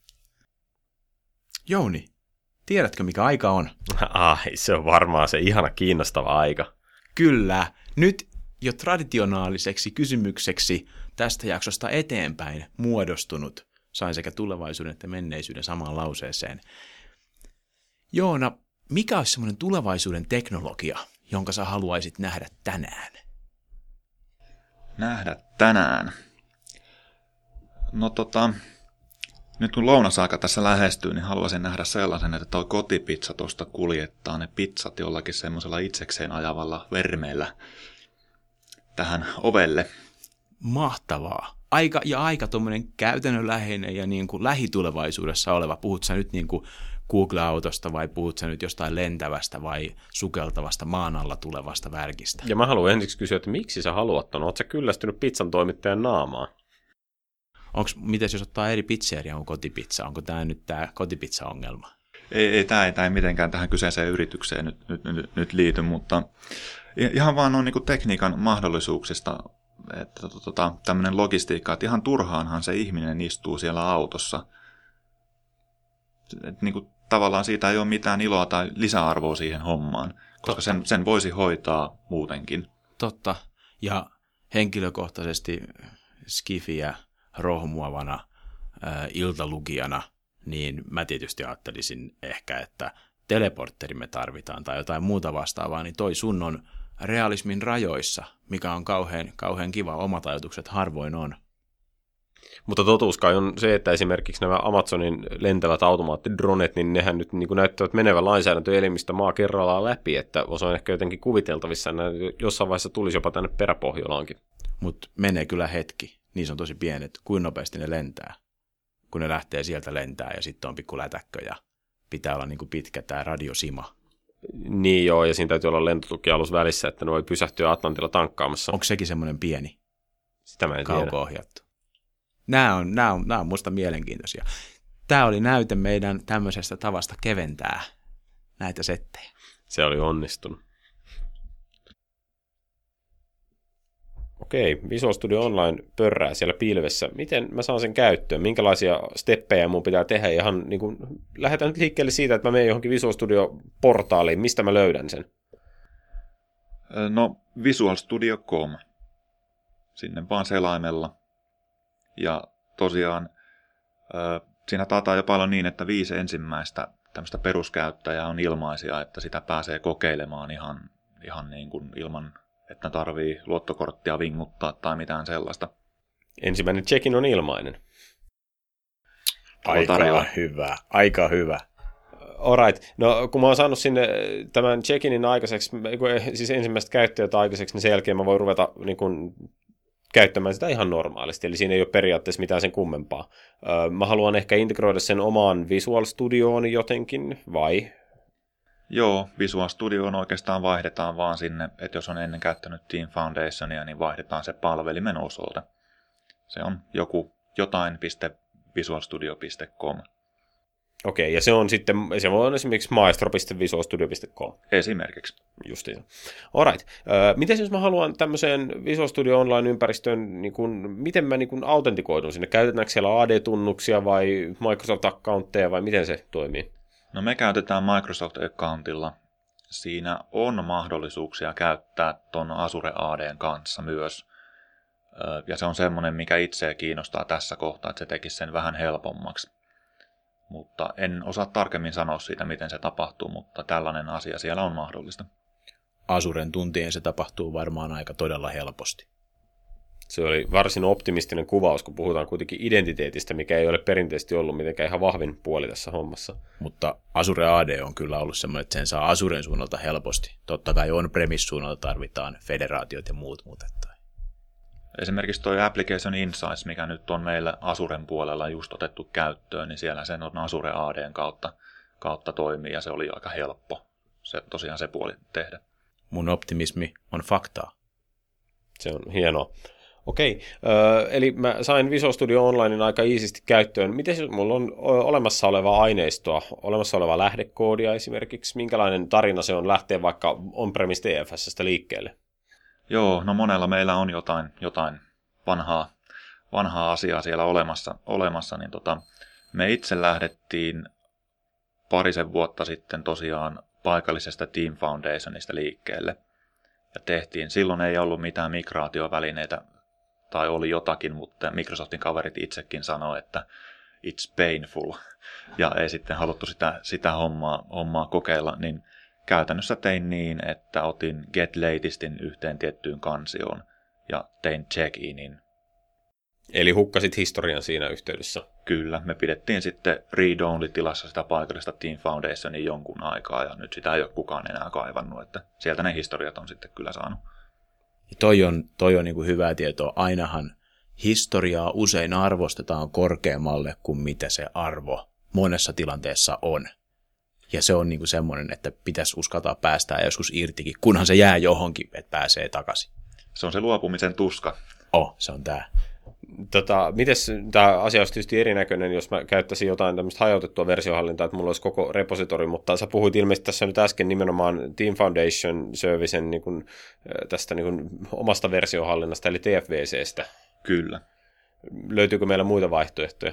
Jouni, tiedätkö mikä aika on? Ai, se on varmaan se ihana kiinnostava aika. Kyllä. Nyt jo traditionaaliseksi kysymykseksi tästä jaksosta eteenpäin muodostunut. Sain sekä tulevaisuuden että menneisyyden samaan lauseeseen. Joona, mikä olisi semmoinen tulevaisuuden teknologia, jonka sä haluaisit nähdä tänään? Nähdä tänään? No tota, nyt kun lounasaika tässä lähestyy, niin haluaisin nähdä sellaisen, että tuo kotipizza tuosta kuljettaa ne pizzat jollakin semmoisella itsekseen ajavalla vermeellä tähän ovelle. Mahtavaa. Aika ja aika tuommoinen käytännönläheinen ja niin kuin lähitulevaisuudessa oleva. Puhut sä nyt niin kuin Google-autosta vai puhut sä nyt jostain lentävästä vai sukeltavasta maan alla tulevasta värkistä? Ja mä haluan ensiksi kysyä, että miksi sä haluat ton? Oot sä kyllästynyt pizzan toimittajan naamaan? Onko, mites jos ottaa eri pizzeria kuin kotipizza? Onko tämä nyt tämä kotipizza-ongelma? Ei, ei tämä ei, ei mitenkään tähän kyseiseen yritykseen nyt, nyt, nyt, nyt liity, mutta ihan vaan on niin tekniikan mahdollisuuksista, että tota, tämmöinen logistiikka, että ihan turhaanhan se ihminen istuu siellä autossa Et niin kuin, tavallaan siitä ei ole mitään iloa tai lisäarvoa siihen hommaan, koska sen, sen voisi hoitaa muutenkin. Totta. Ja henkilökohtaisesti skifiä rohmuavana ää, iltalukijana, niin mä tietysti ajattelisin ehkä, että teleportteri me tarvitaan tai jotain muuta vastaavaa, niin toi sun on realismin rajoissa, mikä on kauhean, kauhean kiva. Omat ajatukset harvoin on. Mutta totuus kai on se, että esimerkiksi nämä Amazonin lentävät automaattidronet, niin nehän nyt niin kuin näyttävät menevän lainsäädäntöelimistä maa kerrallaan läpi, että osa on ehkä jotenkin kuviteltavissa, että jossain vaiheessa tulisi jopa tänne peräpohjolaankin. Mutta menee kyllä hetki. Niissä on tosi pienet. Kuinka nopeasti ne lentää, kun ne lähtee sieltä lentää ja sitten on pikku lätäkkö ja pitää olla niin kuin pitkä tämä radiosima. Niin joo, ja siinä täytyy olla lentotukialus välissä, että ne voi pysähtyä Atlantilla tankkaamassa. Onko sekin semmoinen pieni? Sitä mä en tiedä. Kauko-ohjattu. Nämä on, nämä, on, nämä on musta mielenkiintoisia. Tämä oli näyte meidän tämmöisestä tavasta keventää näitä settejä. Se oli onnistunut. Okei, Visual Studio Online pörrää siellä pilvessä. Miten mä saan sen käyttöön? Minkälaisia steppejä mun pitää tehdä? Ihan niin kuin, lähdetään nyt liikkeelle siitä, että mä menen johonkin Visual Studio-portaaliin. Mistä mä löydän sen? No, visual studio piste com. Sinne vaan selaimella. Ja tosiaan siinä taitaa jopa olla niin, että viisi ensimmäistä tämmöistä peruskäyttäjää on ilmaisia, että sitä pääsee kokeilemaan ihan, ihan niin kuin ilman, että tarvii luottokorttia vinguttaa tai mitään sellaista. Ensimmäinen check-in on ilmainen. Aika hyvä, aika hyvä. Alright. No kun mä oon saanut sinne tämän check-inin aikaiseksi, siis ensimmäiset käyttäjät aikaiseksi, niin sen jälkeen mä voin ruveta niin kuin käyttämään sitä ihan normaalisti, eli siinä ei ole periaatteessa mitään sen kummempaa. Mä haluan ehkä integroida sen omaan Visual Studioon jotenkin, vai? Joo, Visual Studioon oikeastaan vaihdetaan vaan sinne, että jos on ennen käyttänyt Team Foundationia, niin vaihdetaan se palvelimen osoite. Se on joku jotain.visualstudio piste com. Okei, ja se on sitten, se voi olla esimerkiksi maestro piste visualstudio piste com. Esimerkiksi. Justiinsa. Alright. Miten jos mä haluan tämmöiseen Visual Studio Online-ympäristöön, niin kun, miten mä niin kun autentikoidun sinne? Käytetäänkö siellä A D-tunnuksia vai Microsoft-accountteja vai miten se toimii? No me käytetään Microsoft-accountilla. Siinä on mahdollisuuksia käyttää ton Azure A D:n kanssa myös. Ja se on semmoinen, mikä itseä kiinnostaa tässä kohtaa, että se tekisi sen vähän helpommaksi. Mutta en osaa tarkemmin sanoa siitä, miten se tapahtuu, mutta tällainen asia siellä on mahdollista. Azuren tuntien se tapahtuu varmaan aika todella helposti. Se oli varsin optimistinen kuvaus, kun puhutaan kuitenkin identiteetistä, mikä ei ole perinteisesti ollut mitenkään ihan vahvin puoli tässä hommassa. Mutta Azure A D on kyllä ollut semmoinen, että sen saa Azuren suunnalta helposti. Totta kai on-premise suunnalta tarvitaan federaatiot ja muut, mutta esimerkiksi tuo Application Insights, mikä nyt on meillä Azuren puolella just otettu käyttöön, niin siellä sen on Azure A D:n kautta, kautta toimii ja se oli aika helppo. Se tosiaan se puoli tehdä. Mun optimismi on faktaa. Se on hienoa. Okei, äh, eli mä sain Visual Studio Onlinein aika iisisti käyttöön. Miten jos mulla on olemassa olevaa aineistoa, olemassa olevaa lähdekoodia esimerkiksi? Minkälainen tarina se on lähteä vaikka on-premise T F S:stä liikkeelle? Joo, no monella meillä on jotain, jotain vanhaa, vanhaa asiaa siellä olemassa, olemassa niin tota, me itse lähdettiin parisen vuotta sitten tosiaan paikallisesta Team Foundationista liikkeelle. Ja tehtiin, silloin ei ollut mitään migraatiovälineitä, tai oli jotakin, mutta Microsoftin kaverit itsekin sanoi, että it's painful, ja ei sitten haluttu sitä, sitä hommaa, hommaa kokeilla, niin käytännössä tein niin, että otin Get Latestin yhteen tiettyyn kansioon ja tein check-inin. Eli hukkasit historian siinä yhteydessä? Kyllä, me pidettiin sitten read-only-tilassa sitä paikallista Team Foundationia jonkun aikaa ja nyt sitä ei ole kukaan enää kaivannut, että sieltä ne historiat on sitten kyllä saanut. Toi on, toi on niin kuin hyvää tietoa. Ainahan historiaa usein arvostetaan korkeammalle kuin mitä se arvo monessa tilanteessa on. Ja se on niin kuin semmoinen, että pitäisi uskaltaa päästää joskus irtikin, kunhan se jää johonkin, että pääsee takaisin. Se on se luopumisen tuska. Oh, se on tämä. Tota, mites tämä asia olisi tietysti erinäköinen, jos mä käyttäisin jotain tämmöistä hajautettua versiohallintaa, että mulla olisi koko repositori, mutta sä puhuit ilmeisesti tässä nyt äsken nimenomaan Team Foundation Servicen niin kuin, tästä niin kuin, omasta versiohallinnasta, eli T F V C:stä. Kyllä. Löytyykö meillä muita vaihtoehtoja?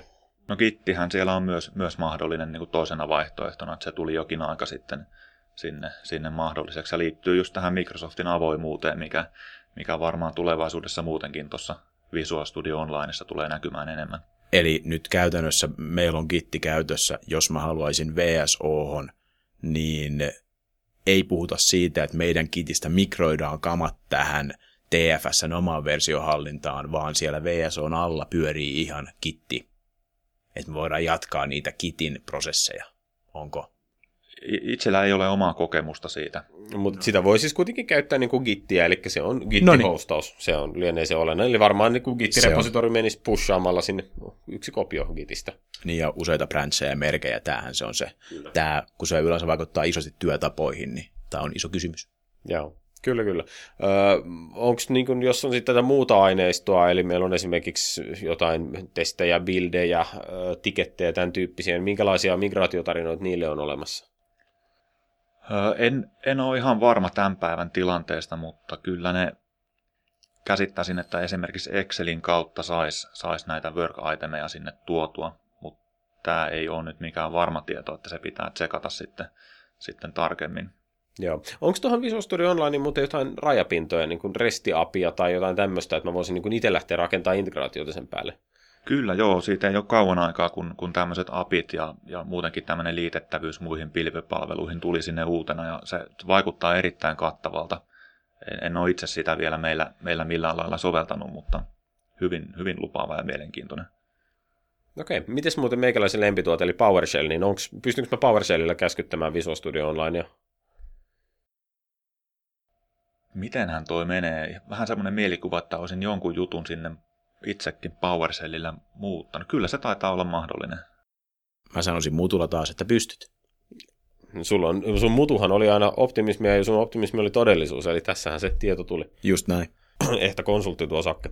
No Gittihän siellä on myös, myös mahdollinen niin kuin toisena vaihtoehtona, että se tuli jokin aika sitten sinne, sinne mahdolliseksi. Ja liittyy just tähän Microsoftin avoimuuteen, mikä, mikä varmaan tulevaisuudessa muutenkin tuossa Visual Studio Onlineissa tulee näkymään enemmän. Eli nyt käytännössä meillä on Gitti käytössä, jos mä haluaisin V S O:hon, niin ei puhuta siitä, että meidän Gitistä mikroidaan kamat tähän T F S:n omaan versiohallintaan, vaan siellä V S O:n alla pyörii ihan Gitti. Että me voidaan jatkaa niitä Gitin prosesseja. Onko? Itsellä ei ole omaa kokemusta siitä. Mutta no. Sitä voi siis kuitenkin käyttää niin kuin Gittiä, eli se on Git-hostaus. Se on lienee se olennainen. Eli varmaan niin kuin Git-repositori menisi pushaamalla sinne yksi kopio Gitistä. Niin ja useita brancheja ja merkejä, tämähän se on se. Tämä, kun se yleensä vaikuttaa isosti työtapoihin, niin tämä on iso kysymys. Joo. Kyllä, kyllä. Öö, onko niin kuin, jos on sitten tätä muuta aineistoa, eli meillä on esimerkiksi jotain testejä, buildejä, öö, tikettejä, tämän tyyppisiä, niin minkälaisia migraatiotarinoita niille on olemassa? Öö, en, en ole ihan varma tämän päivän tilanteesta, mutta kyllä ne käsittäisin, että esimerkiksi Excelin kautta saisi sais näitä work-itemeja sinne tuotua, mutta tämä ei ole nyt mikään varma tieto, että se pitää tsekata sitten, sitten tarkemmin. Joo. Onko tuohon Visual Studio Online muuten jotain rajapintoja, niin kuin REST-apia tai jotain tämmöistä, että mä voisin niin kuin itse lähteä rakentamaan integraatiota sen päälle? Kyllä, joo. Siitä ei ole kauan aikaa, kun, kun tämmöiset apit ja, ja muutenkin tämmöinen liitettävyys muihin pilvipalveluihin tuli sinne uutena, ja se vaikuttaa erittäin kattavalta. En, en ole itse sitä vielä meillä, meillä millään lailla soveltanut, mutta hyvin, hyvin lupaava ja mielenkiintoinen. Okei, mites muuten meikäläisen lempituote, eli PowerShell, niin onks, pystynkö mä PowerShellillä käskyttämään Visual Studio Onlinea? Mitenhän toi menee? Vähän semmoinen mielikuva, että olisin jonkun jutun sinne itsekin PowerShellillä muuttanut. Kyllä se taitaa olla mahdollinen. Mä sanoisin mutulla taas, että pystyt. Sulla on, sun mutuhan oli aina optimismia ja sun optimismi oli todellisuus, eli tässähän se tieto tuli. Just näin. Ehtä konsultti tuo Sakke.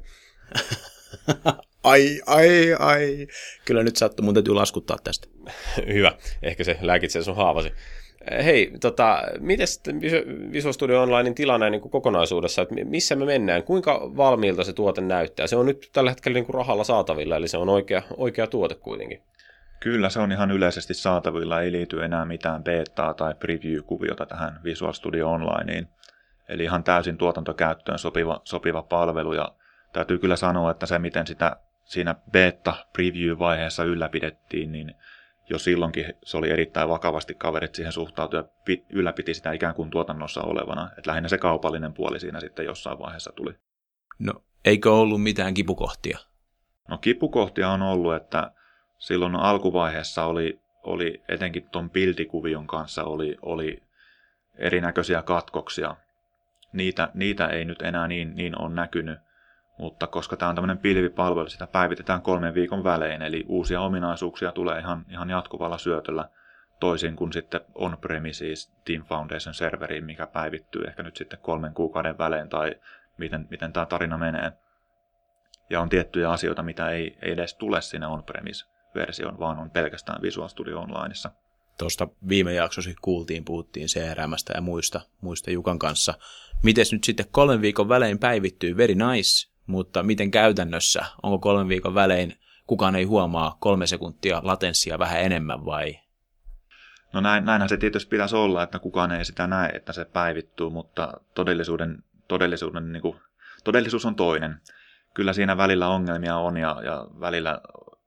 ai, ai, ai. Kyllä nyt sattuu, mun täytyy laskuttaa tästä. Hyvä, ehkä se lääkitsee sun haavasi. Hei, tota, miten sitten Visual Studio Onlinein tilanne niin kuin kokonaisuudessa, että missä me mennään, kuinka valmiilta se tuote näyttää? Se on nyt tällä hetkellä niin kuin rahalla saatavilla, eli se on oikea, oikea tuote kuitenkin. Kyllä, se on ihan yleisesti saatavilla, ei liity enää mitään betaa tai preview-kuviota tähän Visual Studio Onlineen. Eli ihan täysin tuotantokäyttöön sopiva, sopiva palvelu, ja täytyy kyllä sanoa, että se miten sitä siinä beta-preview-vaiheessa ylläpidettiin, niin jo silloinkin se oli erittäin vakavasti kaverit siihen suhtautui ja ylläpiti sitä ikään kuin tuotannossa olevana. Että lähinnä se kaupallinen puoli siinä sitten jossain vaiheessa tuli. No, eikö ollut mitään kipukohtia? No kipukohtia on ollut, että silloin alkuvaiheessa oli, oli etenkin tuon buildikuvion kanssa oli, oli erinäköisiä katkoksia. Niitä, niitä ei nyt enää niin, niin ole näkynyt. Mutta koska tämä on tämmöinen pilvipalvelu, sitä päivitetään kolmen viikon välein, eli uusia ominaisuuksia tulee ihan, ihan jatkuvalla syötöllä, toisin kuin sitten on-premises Team Foundation-serveriin, mikä päivittyy ehkä nyt sitten kolmen kuukauden välein, tai miten, miten tämä tarina menee. Ja on tiettyjä asioita, mitä ei, ei edes tule sinne on-premise-versioon, vaan on pelkästään Visual Studio Onlineissa. Tuosta viime jaksossa kuultiin, puhuttiin C R M:stä ja muista, muista Jukan kanssa. Mites nyt sitten kolmen viikon välein päivittyy? Very nice. Mutta miten käytännössä? Onko kolmen viikon välein, kukaan ei huomaa kolme sekuntia latenssia vähän enemmän vai? No näin, näinhän se tietysti pitäisi olla, että kukaan ei sitä näe, että se päivittyy, mutta todellisuuden, todellisuuden, niin kuin, todellisuus on toinen. Kyllä siinä välillä ongelmia on ja, ja välillä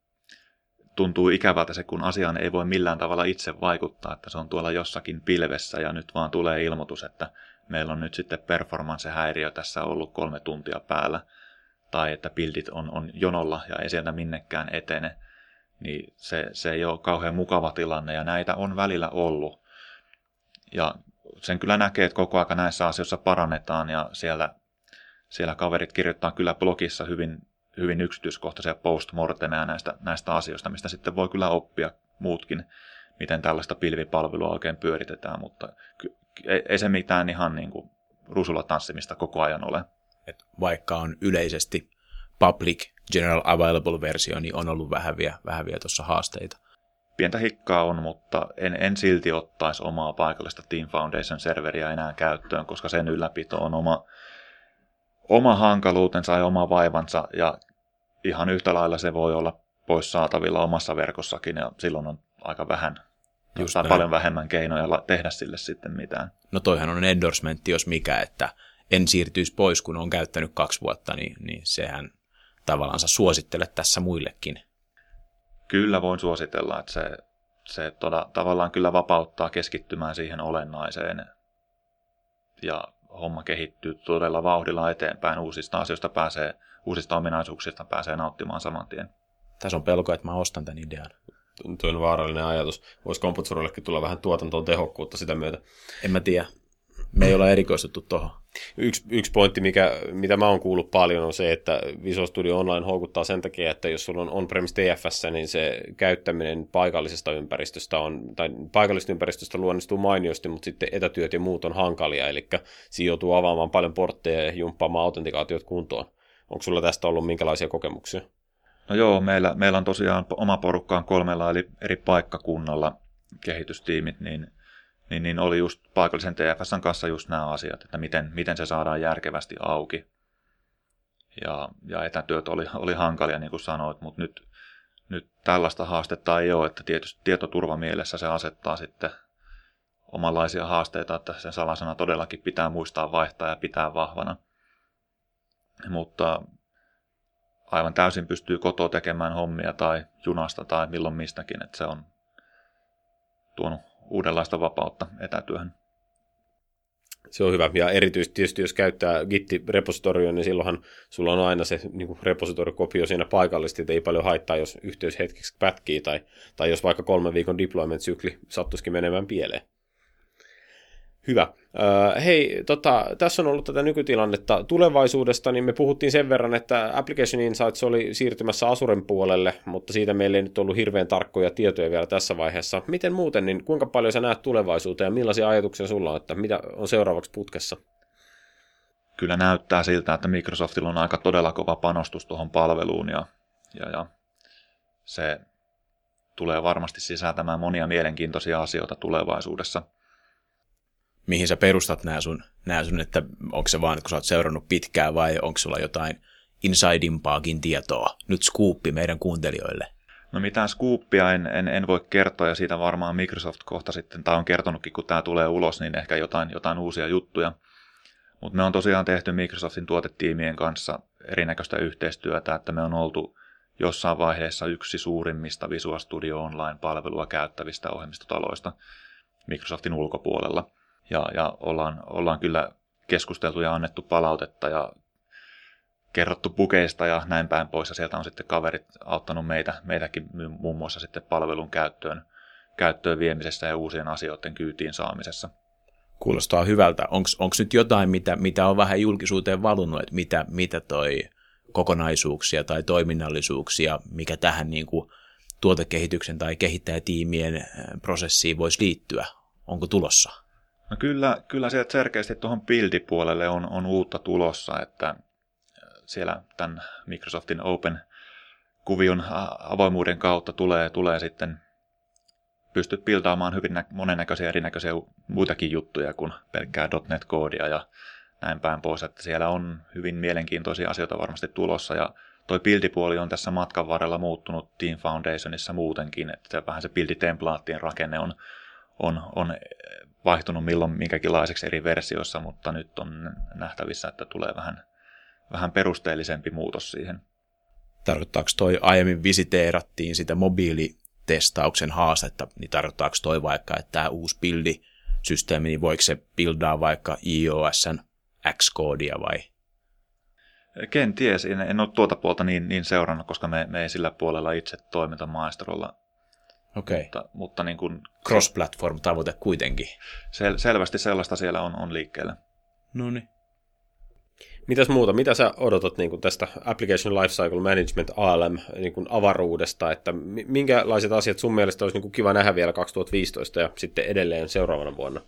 tuntuu ikävältä se, kun asiaan ei voi millään tavalla itse vaikuttaa, että se on tuolla jossakin pilvessä ja nyt vaan tulee ilmoitus, että meillä on nyt sitten performance-häiriö tässä ollut kolme tuntia päällä. Tai että buildit on, on jonolla ja ei sieltä minnekään etene, niin se, se ei ole kauhean mukava tilanne, ja näitä on välillä ollut. Ja sen kyllä näkee, että koko ajan näissä asioissa parannetaan, ja siellä, siellä kaverit kirjoittaa kyllä blogissa hyvin, hyvin yksityiskohtaisia postmortemeja näistä, näistä asioista, mistä sitten voi kyllä oppia muutkin, miten tällaista pilvipalvelua oikein pyöritetään, mutta ei, ei se mitään ihan niin kuin rusulla tanssimista koko ajan ole. Et vaikka on yleisesti public general available versio, niin on ollut vähän vielä, vähän vielä tuossa haasteita. Pientä hikkaa on, mutta en, en silti ottaisi omaa paikallista Team Foundation-serveriä enää käyttöön, koska sen ylläpito on oma, oma hankaluutensa ja oma vaivansa, ja ihan yhtä lailla se voi olla pois saatavilla omassa verkossakin, ja silloin on aika vähän, Just tai näin. paljon vähemmän keinoja la- tehdä sille sitten mitään. No toihan on endorsementti, jos mikä, että en siirtyisi pois, kun on käyttänyt kaksi vuotta, niin, niin sehän tavallaan suosittelet tässä muillekin. Kyllä voin suositella, että se, se toda, tavallaan kyllä vapauttaa keskittymään siihen olennaiseen, ja homma kehittyy todella vauhdilla eteenpäin. Uusista asioista pääsee, uusista ominaisuuksista pääsee nauttimaan saman tien. Tässä on pelko, että mä ostan tämän idean. Tuo on vaarallinen ajatus. Voisi Computsurillekin tulla vähän tuotantoon tehokkuutta sitä myötä. En mä tiedä. Me ei olla erikoistuttu tuohon. Yksi, yksi pointti, mikä, mitä mä oon kuullut paljon, on se, että Visual Studio Online houkuttaa sen takia, että jos sulla on on-premise T F S, niin se käyttäminen paikallisesta ympäristöstä on, tai paikallisesta ympäristöstä luonnistuu mainiosti, mutta sitten etätyöt ja muut on hankalia, eli siinä joutuu avaamaan paljon portteja ja jumppaamaan autentikaatiot kuntoon. Onko sulla tästä ollut minkälaisia kokemuksia? No joo, meillä, meillä on tosiaan oma porukkaan kolmella eli eri paikkakunnalla kehitystiimit, niin Niin, niin oli just paikallisen T F S:n kanssa just nämä asiat, että miten, miten se saadaan järkevästi auki. Ja, ja etätyöt oli, oli hankalia, niin kuin sanoit, mutta nyt, nyt tällaista haastetta ei ole, että tietysti tietoturvamielessä se asettaa sitten omanlaisia haasteita, että sen salasana todellakin pitää muistaa vaihtaa ja pitää vahvana. Mutta aivan täysin pystyy kotoa tekemään hommia tai junasta tai milloin mistäkin, että se on tuonut uudenlaista vapautta etätyöhön. Se on hyvä. Ja erityisesti tietysti, jos käyttää Git-repositoria, niin silloinhan sulla on aina se niin kuin repositorikopio siinä paikallisesti, että ei paljon haittaa, jos yhteys hetkeksi pätkii, tai, tai jos vaikka kolmen viikon deployment-sykli sattuisikin menemään pieleen. Hyvä. Äh, hei, tota, tässä on ollut tätä nykytilannetta tulevaisuudesta, niin me puhuttiin sen verran, että Application Insights oli siirtymässä Azuren puolelle, mutta siitä meillä ei nyt ollut hirveän tarkkoja tietoja vielä tässä vaiheessa. Miten muuten, niin kuinka paljon sä näet tulevaisuuteen ja millaisia ajatuksia sulla on, että mitä on seuraavaksi putkessa? Kyllä näyttää siltä, että Microsoftilla on aika todella kova panostus tuohon palveluun, ja, ja, ja se tulee varmasti sisältämään monia mielenkiintoisia asioita tulevaisuudessa. Mihin sä perustat nämä sun, nämä sun, että onko se vaan, kun sä oot seurannut pitkään, vai onko sulla jotain insideimpaakin tietoa? Nyt skuuppi meidän kuuntelijoille. No mitään skuuppia en, en, en voi kertoa, ja siitä varmaan Microsoft kohta sitten, tai on kertonutkin, kun tämä tulee ulos, niin ehkä jotain, jotain uusia juttuja. Mutta me on tosiaan tehty Microsoftin tuotetiimien kanssa erinäköistä yhteistyötä, että me on oltu jossain vaiheessa yksi suurimmista Visual Studio Online-palvelua käyttävistä ohjelmistotaloista Microsoftin ulkopuolella. Ja, ja ollaan, ollaan kyllä keskusteltu ja annettu palautetta ja kerrottu bugeista ja näin päin pois. Ja sieltä on sitten kaverit auttanut meitä, meitäkin muun muassa sitten palvelun käyttöön, käyttöön viemisessä ja uusien asioiden kyytiin saamisessa. Kuulostaa hyvältä. Onko nyt jotain, mitä, mitä on vähän julkisuuteen valunut, että mitä, mitä toi kokonaisuuksia tai toiminnallisuuksia, mikä tähän niin kuin tuotekehityksen tai kehittäjätiimien prosessiin voisi liittyä? Onko tulossa? No kyllä, kyllä sieltä selkeästi tuohon buildipuolelle on, on uutta tulossa, että siellä tämän Microsoftin Open-kuvion avoimuuden kautta tulee, tulee sitten pystyt buildaamaan hyvin nä- monennäköisiä erinäköisiä muitakin juttuja kuin pelkkää .NET-koodia ja näin päin pois, että siellä on hyvin mielenkiintoisia asioita varmasti tulossa, ja toi buildipuoli on tässä matkan varrella muuttunut Team Foundationissa muutenkin, että vähän se builditemplaattien rakenne on, on, on vaihtunut milloin minkäkinlaiseksi eri versioissa, mutta nyt on nähtävissä, että tulee vähän, vähän perusteellisempi muutos siihen. Tarkoittaako toi, aiemmin visiteerattiin sitä mobiilitestauksen haastetta, niin tarkoittaako toi vaikka, että tämä uusi buildisysteemi, niin voiko se buildaa vaikka iOSn Xcodea vai? Kenties, en, en ole tuota puolta niin, niin seurannut, koska me, me ei sillä puolella itse toimita Maestrolla. Okei. Mutta, mutta niin kuin cross-platform-tavoite kuitenkin. Sel, selvästi sellaista siellä on, on liikkeellä. No niin. Mitäs muuta? Mitä sä odotat niin kuin tästä Application Lifecycle Management A L M niin kuin avaruudesta, että minkälaiset asiat sun mielestä olisi niin kuin kiva nähdä vielä kaksituhattaviisitoista ja sitten edelleen seuraavana vuonna?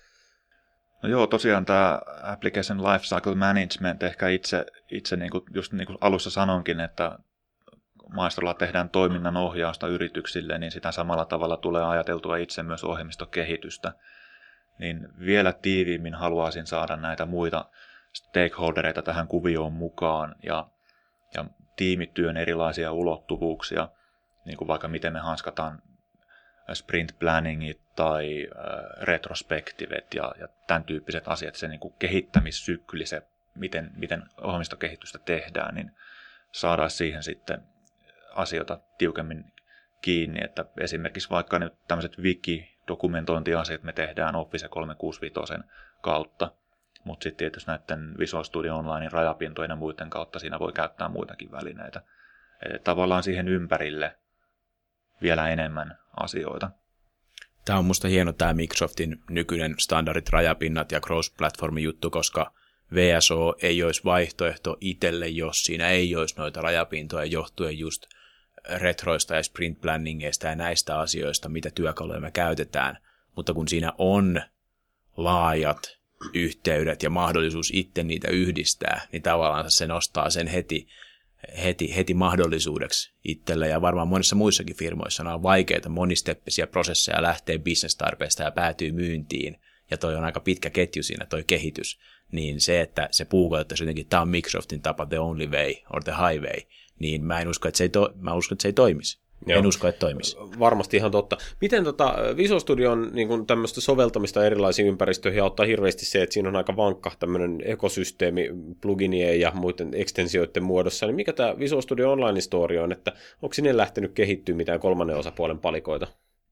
No joo, tosiaan tämä Application Lifecycle Management, ehkä itse, itse niin kuin, just niin kuin alussa sanonkin, että Maestrolla tehdään toiminnan ohjausta yrityksille, niin sitä samalla tavalla tulee ajateltua itse myös ohjelmistokehitystä. Niin vielä tiiviimmin haluaisin saada näitä muita stakeholdereita tähän kuvioon mukaan ja, ja tiimityön erilaisia ulottuvuuksia. niin kuin vaikka miten me hanskataan sprint planningit tai retrospektivet ja, ja tämän tyyppiset asiat, se niin kuin kehittämissykli, se miten, miten ohjelmistokehitystä tehdään, niin saadaan siihen sitten asioita tiukemmin kiinni, että esimerkiksi vaikka nyt tämmöiset wiki-dokumentointiasiat me tehdään Office kolmesataakuusikymmentäviisi kautta, mutta sitten tietysti näiden Visual Studio Onlinein rajapintojen ja muiden kautta siinä voi käyttää muitakin välineitä. Eli tavallaan siihen ympärille vielä enemmän asioita. Tämä on musta hieno tämä Microsoftin nykyinen standardit, rajapinnat ja cross-platformin juttu, koska V S O ei olisi vaihtoehto itselle, jos siinä ei olisi noita rajapintoja johtuen just retroista ja sprint planningeista ja näistä asioista, mitä työkaluja me käytetään. Mutta kun siinä on laajat yhteydet ja mahdollisuus itse niitä yhdistää, niin tavallaan se nostaa sen heti, heti, heti mahdollisuudeksi itselle. Ja varmaan monissa muissakin firmoissa on vaikeita monisteppisiä prosesseja lähtee business-tarpeesta ja päätyy myyntiin. Ja toi on aika pitkä ketju siinä, toi kehitys. Niin se, että se puukotettaisiin jotenkin, tämä on Microsoftin tapa, the only way or the highway, niin mä en usko, että se ei, to- mä uskon, että se ei toimisi. Joo. En usko, että toimisi. Varmasti ihan totta. Miten tota, Visual Studio on niin tämmöistä soveltamista erilaisiin ympäristöihin ja ottaa hirveästi se, että siinä on aika vankka tämmöinen ekosysteemi pluginien ja muiden ekstensioiden muodossa. Niin mikä tämä Visual Studio Online Story on, että onko sinne lähtenyt kehittyä mitään kolmannen osapuolen palikoita?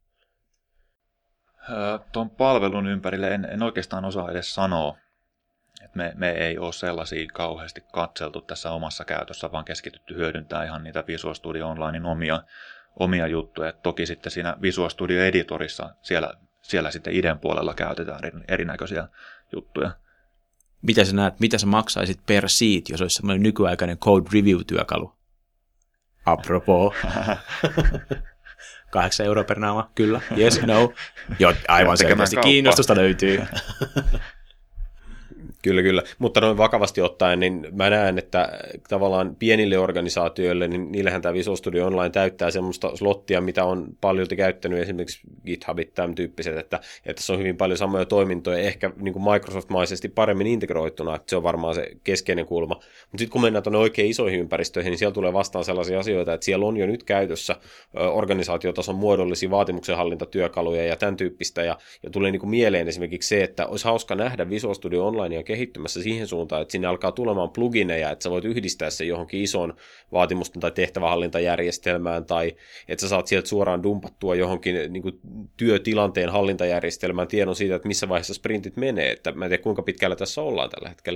Öö, tuon palvelun ympärille en, en oikeastaan osaa edes sanoa. Et me, me ei ole sellaisia kauheasti katseltu tässä omassa käytössä, vaan keskitytty hyödyntämään ihan niitä Visual Studio Onlinein omia, omia juttuja. Et toki sitten siinä Visual Studio Editorissa siellä, siellä sitten iden puolella käytetään erinäköisiä juttuja. Mitä sä näet, mitä sä maksaisit per seat, jos olisi semmoinen nykyaikainen code review-työkalu? Apropos. Kahdeksan euroa per naama, kyllä. Yes, no. Jo, aivan selkeästi kiinnostusta löytyy. Kyllä, kyllä. Mutta noin vakavasti ottaen, niin mä näen, että tavallaan pienille organisaatioille, niin niillähän tämä Visual Studio Online täyttää semmoista slottia, mitä on paljolti käyttänyt esimerkiksi GitHubit, tämän tyyppiset, että, että se on hyvin paljon samoja toimintoja, ehkä niin kuin Microsoft-maisesti paremmin integroittuna, että se on varmaan se keskeinen kulma. Mutta sitten kun mennään tuonne oikein isoihin ympäristöihin, niin siellä tulee vastaan sellaisia asioita, että siellä on jo nyt käytössä organisaatiotason muodollisia vaatimuksenhallintatyökaluja ja tämän tyyppistä, ja, ja tulee niin kuin mieleen esimerkiksi se, että olisi hauska nähdä Visual Studio Onlinea kehittymässä siihen suuntaan, että sinne alkaa tulemaan plugineja, että sä voit yhdistää se johonkin ison vaatimusten tai tehtävähallintajärjestelmään, tai että sä saat sieltä suoraan dumpattua johonkin niin kuin työtilanteen hallintajärjestelmään tiedon siitä, että missä vaiheessa sprintit menee, että mä en tiedä kuinka pitkällä tässä ollaan tällä hetkellä.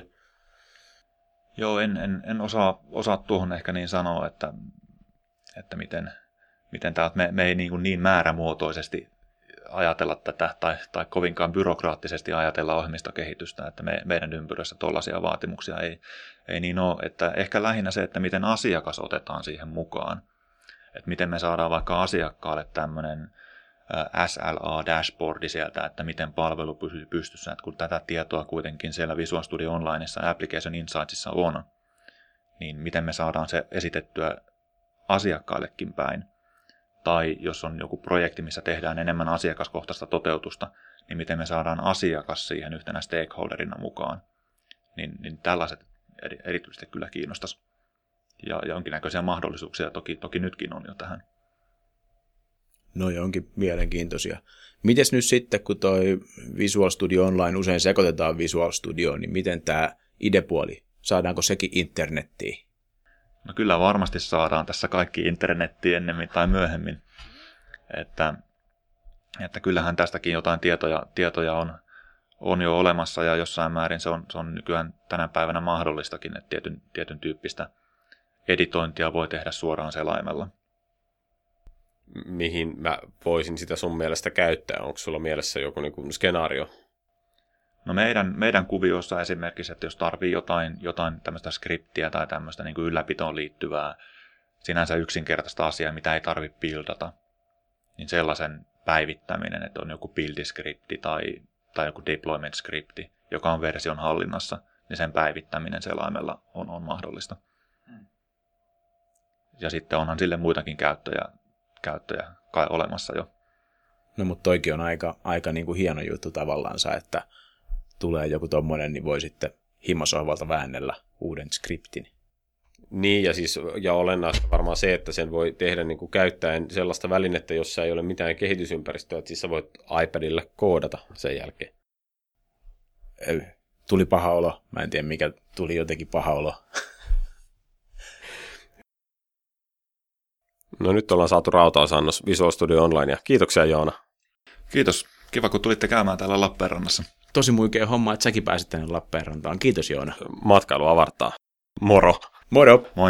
Joo, en, en, en osaa, osaa tuohon ehkä niin sanoa, että, että miten, miten tää, me, me ei niin, kuin niin määrämuotoisesti ajatella tätä tai, tai kovinkaan byrokraattisesti ajatella ohjelmistokehitystä, että me, meidän ympyrössä tuollaisia vaatimuksia ei, ei niin ole. Että ehkä lähinnä se, että miten asiakas otetaan siihen mukaan. Että miten me saadaan vaikka asiakkaalle tämmöinen S L A-dashboardi sieltä, että miten palvelu pysyy pystyssä. Että kun tätä tietoa kuitenkin siellä Visual Studio Onlineissa ja Application Insightsissa on, niin miten me saadaan se esitettyä asiakkaallekin päin. Tai jos on joku projekti, missä tehdään enemmän asiakaskohtaista toteutusta, niin miten me saadaan asiakas siihen yhtenä stakeholderina mukaan. Niin, niin tällaiset erityisesti kyllä kiinnostaisi. Ja jonkinnäköisiä mahdollisuuksia toki, toki nytkin on jo tähän. No onkin mielenkiintoisia. Mites nyt sitten, kun toi Visual Studio Online usein sekoitetaan Visual Studioon, niin miten tämä I D E-puoli, saadaanko sekin internettiin? No kyllä varmasti saadaan tässä kaikki internettiin ennemmin tai myöhemmin. Että, että kyllähän tästäkin jotain tietoja, tietoja on, on jo olemassa ja jossain määrin se on, se on nykyään tänä päivänä mahdollistakin, että tietyn, tietyn tyyppistä editointia voi tehdä suoraan selaimella. Mihin mä voisin sitä sun mielestä käyttää? Onko sulla mielessä joku niin kuin skenaario? No meidän, meidän kuviossa esimerkiksi, että jos tarvii jotain, jotain tämmöistä skriptiä tai tämmöistä niin kuin ylläpitoon liittyvää sinänsä yksinkertaista asiaa, mitä ei tarvitse buildata, niin sellaisen päivittäminen, että on joku build-skripti tai, tai joku deployment-skripti, joka on version hallinnassa, niin sen päivittäminen selaimella on, on mahdollista. Ja sitten onhan sille muitakin käyttöjä, käyttöjä kai olemassa jo. No mutta toikin on aika, aika niin kuin hieno juttu tavallaansa, että tulee joku tommonen, niin voi sitten himosohvalta väännellä uuden skriptin. Niin, ja, siis, ja olennaista varmaan se, että sen voi tehdä niin kuin käyttäen sellaista välinettä, jossa ei ole mitään kehitysympäristöä, että siis sä voit iPadilla koodata sen jälkeen. Tuli paha olo. Mä en tiedä, mikä tuli jotenkin paha olo. No nyt ollaan saatu rautaisannos Visual Studio Online, ja kiitoksia Joona. Kiitos. Kiva, kun tulitte käymään täällä Lappeenrannassa. Tosi muikea homma, että säkin pääsit tänne Lappeenrantaan. Kiitos Joona. Matkailu avartaa. Moro. Moro. Moi.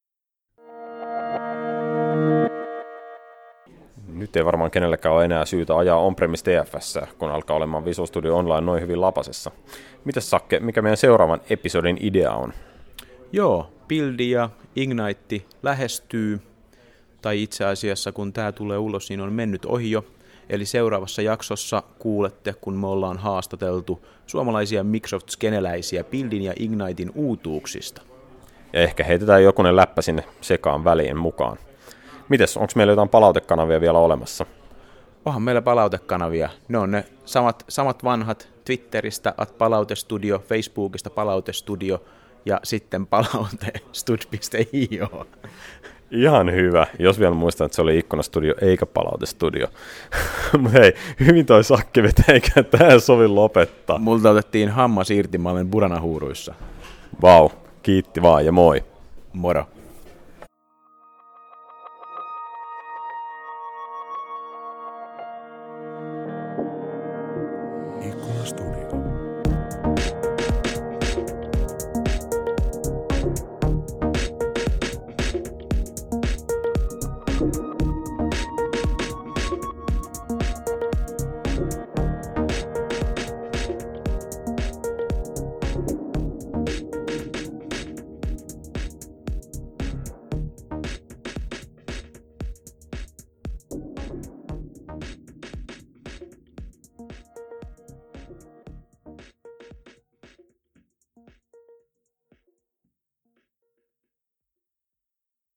Nyt ei varmaan kenellekään ole enää syytä ajaa on-premise T F S, kun alkaa olemaan Visual Studio Online noin hyvin lapasessa. Mitäs Sakke, mikä meidän seuraavan episodin idea on? Joo, Buildi ja Ignite lähestyy, tai itse asiassa kun tämä tulee ulos, niin on mennyt ohi jo. Eli seuraavassa jaksossa kuulette, kun me ollaan haastateltu suomalaisia Microsoft-skeneläisiä Buildin ja Ignitein uutuuksista. Ja ehkä heitetään jokunen läppä sinne sekaan väliin mukaan. Mites, onko meillä jotain palautekanavia vielä olemassa? Onhan meillä palautekanavia. Ne on ne samat, samat vanhat Twitteristä at palautestudio, Facebookista palautestudio ja sitten palautestud piste i o. Ihan hyvä, jos vielä muistan, että se oli Ikkunastudio eikä Palautestudio. Mutta hei, hyvin toi Sakki vetää, eikä tähän sovi lopettaa. Multa otettiin hammas irti, mä olen buranahuuruissa. Vau, kiitti vaan ja moi. Moro. Ikkunastudio.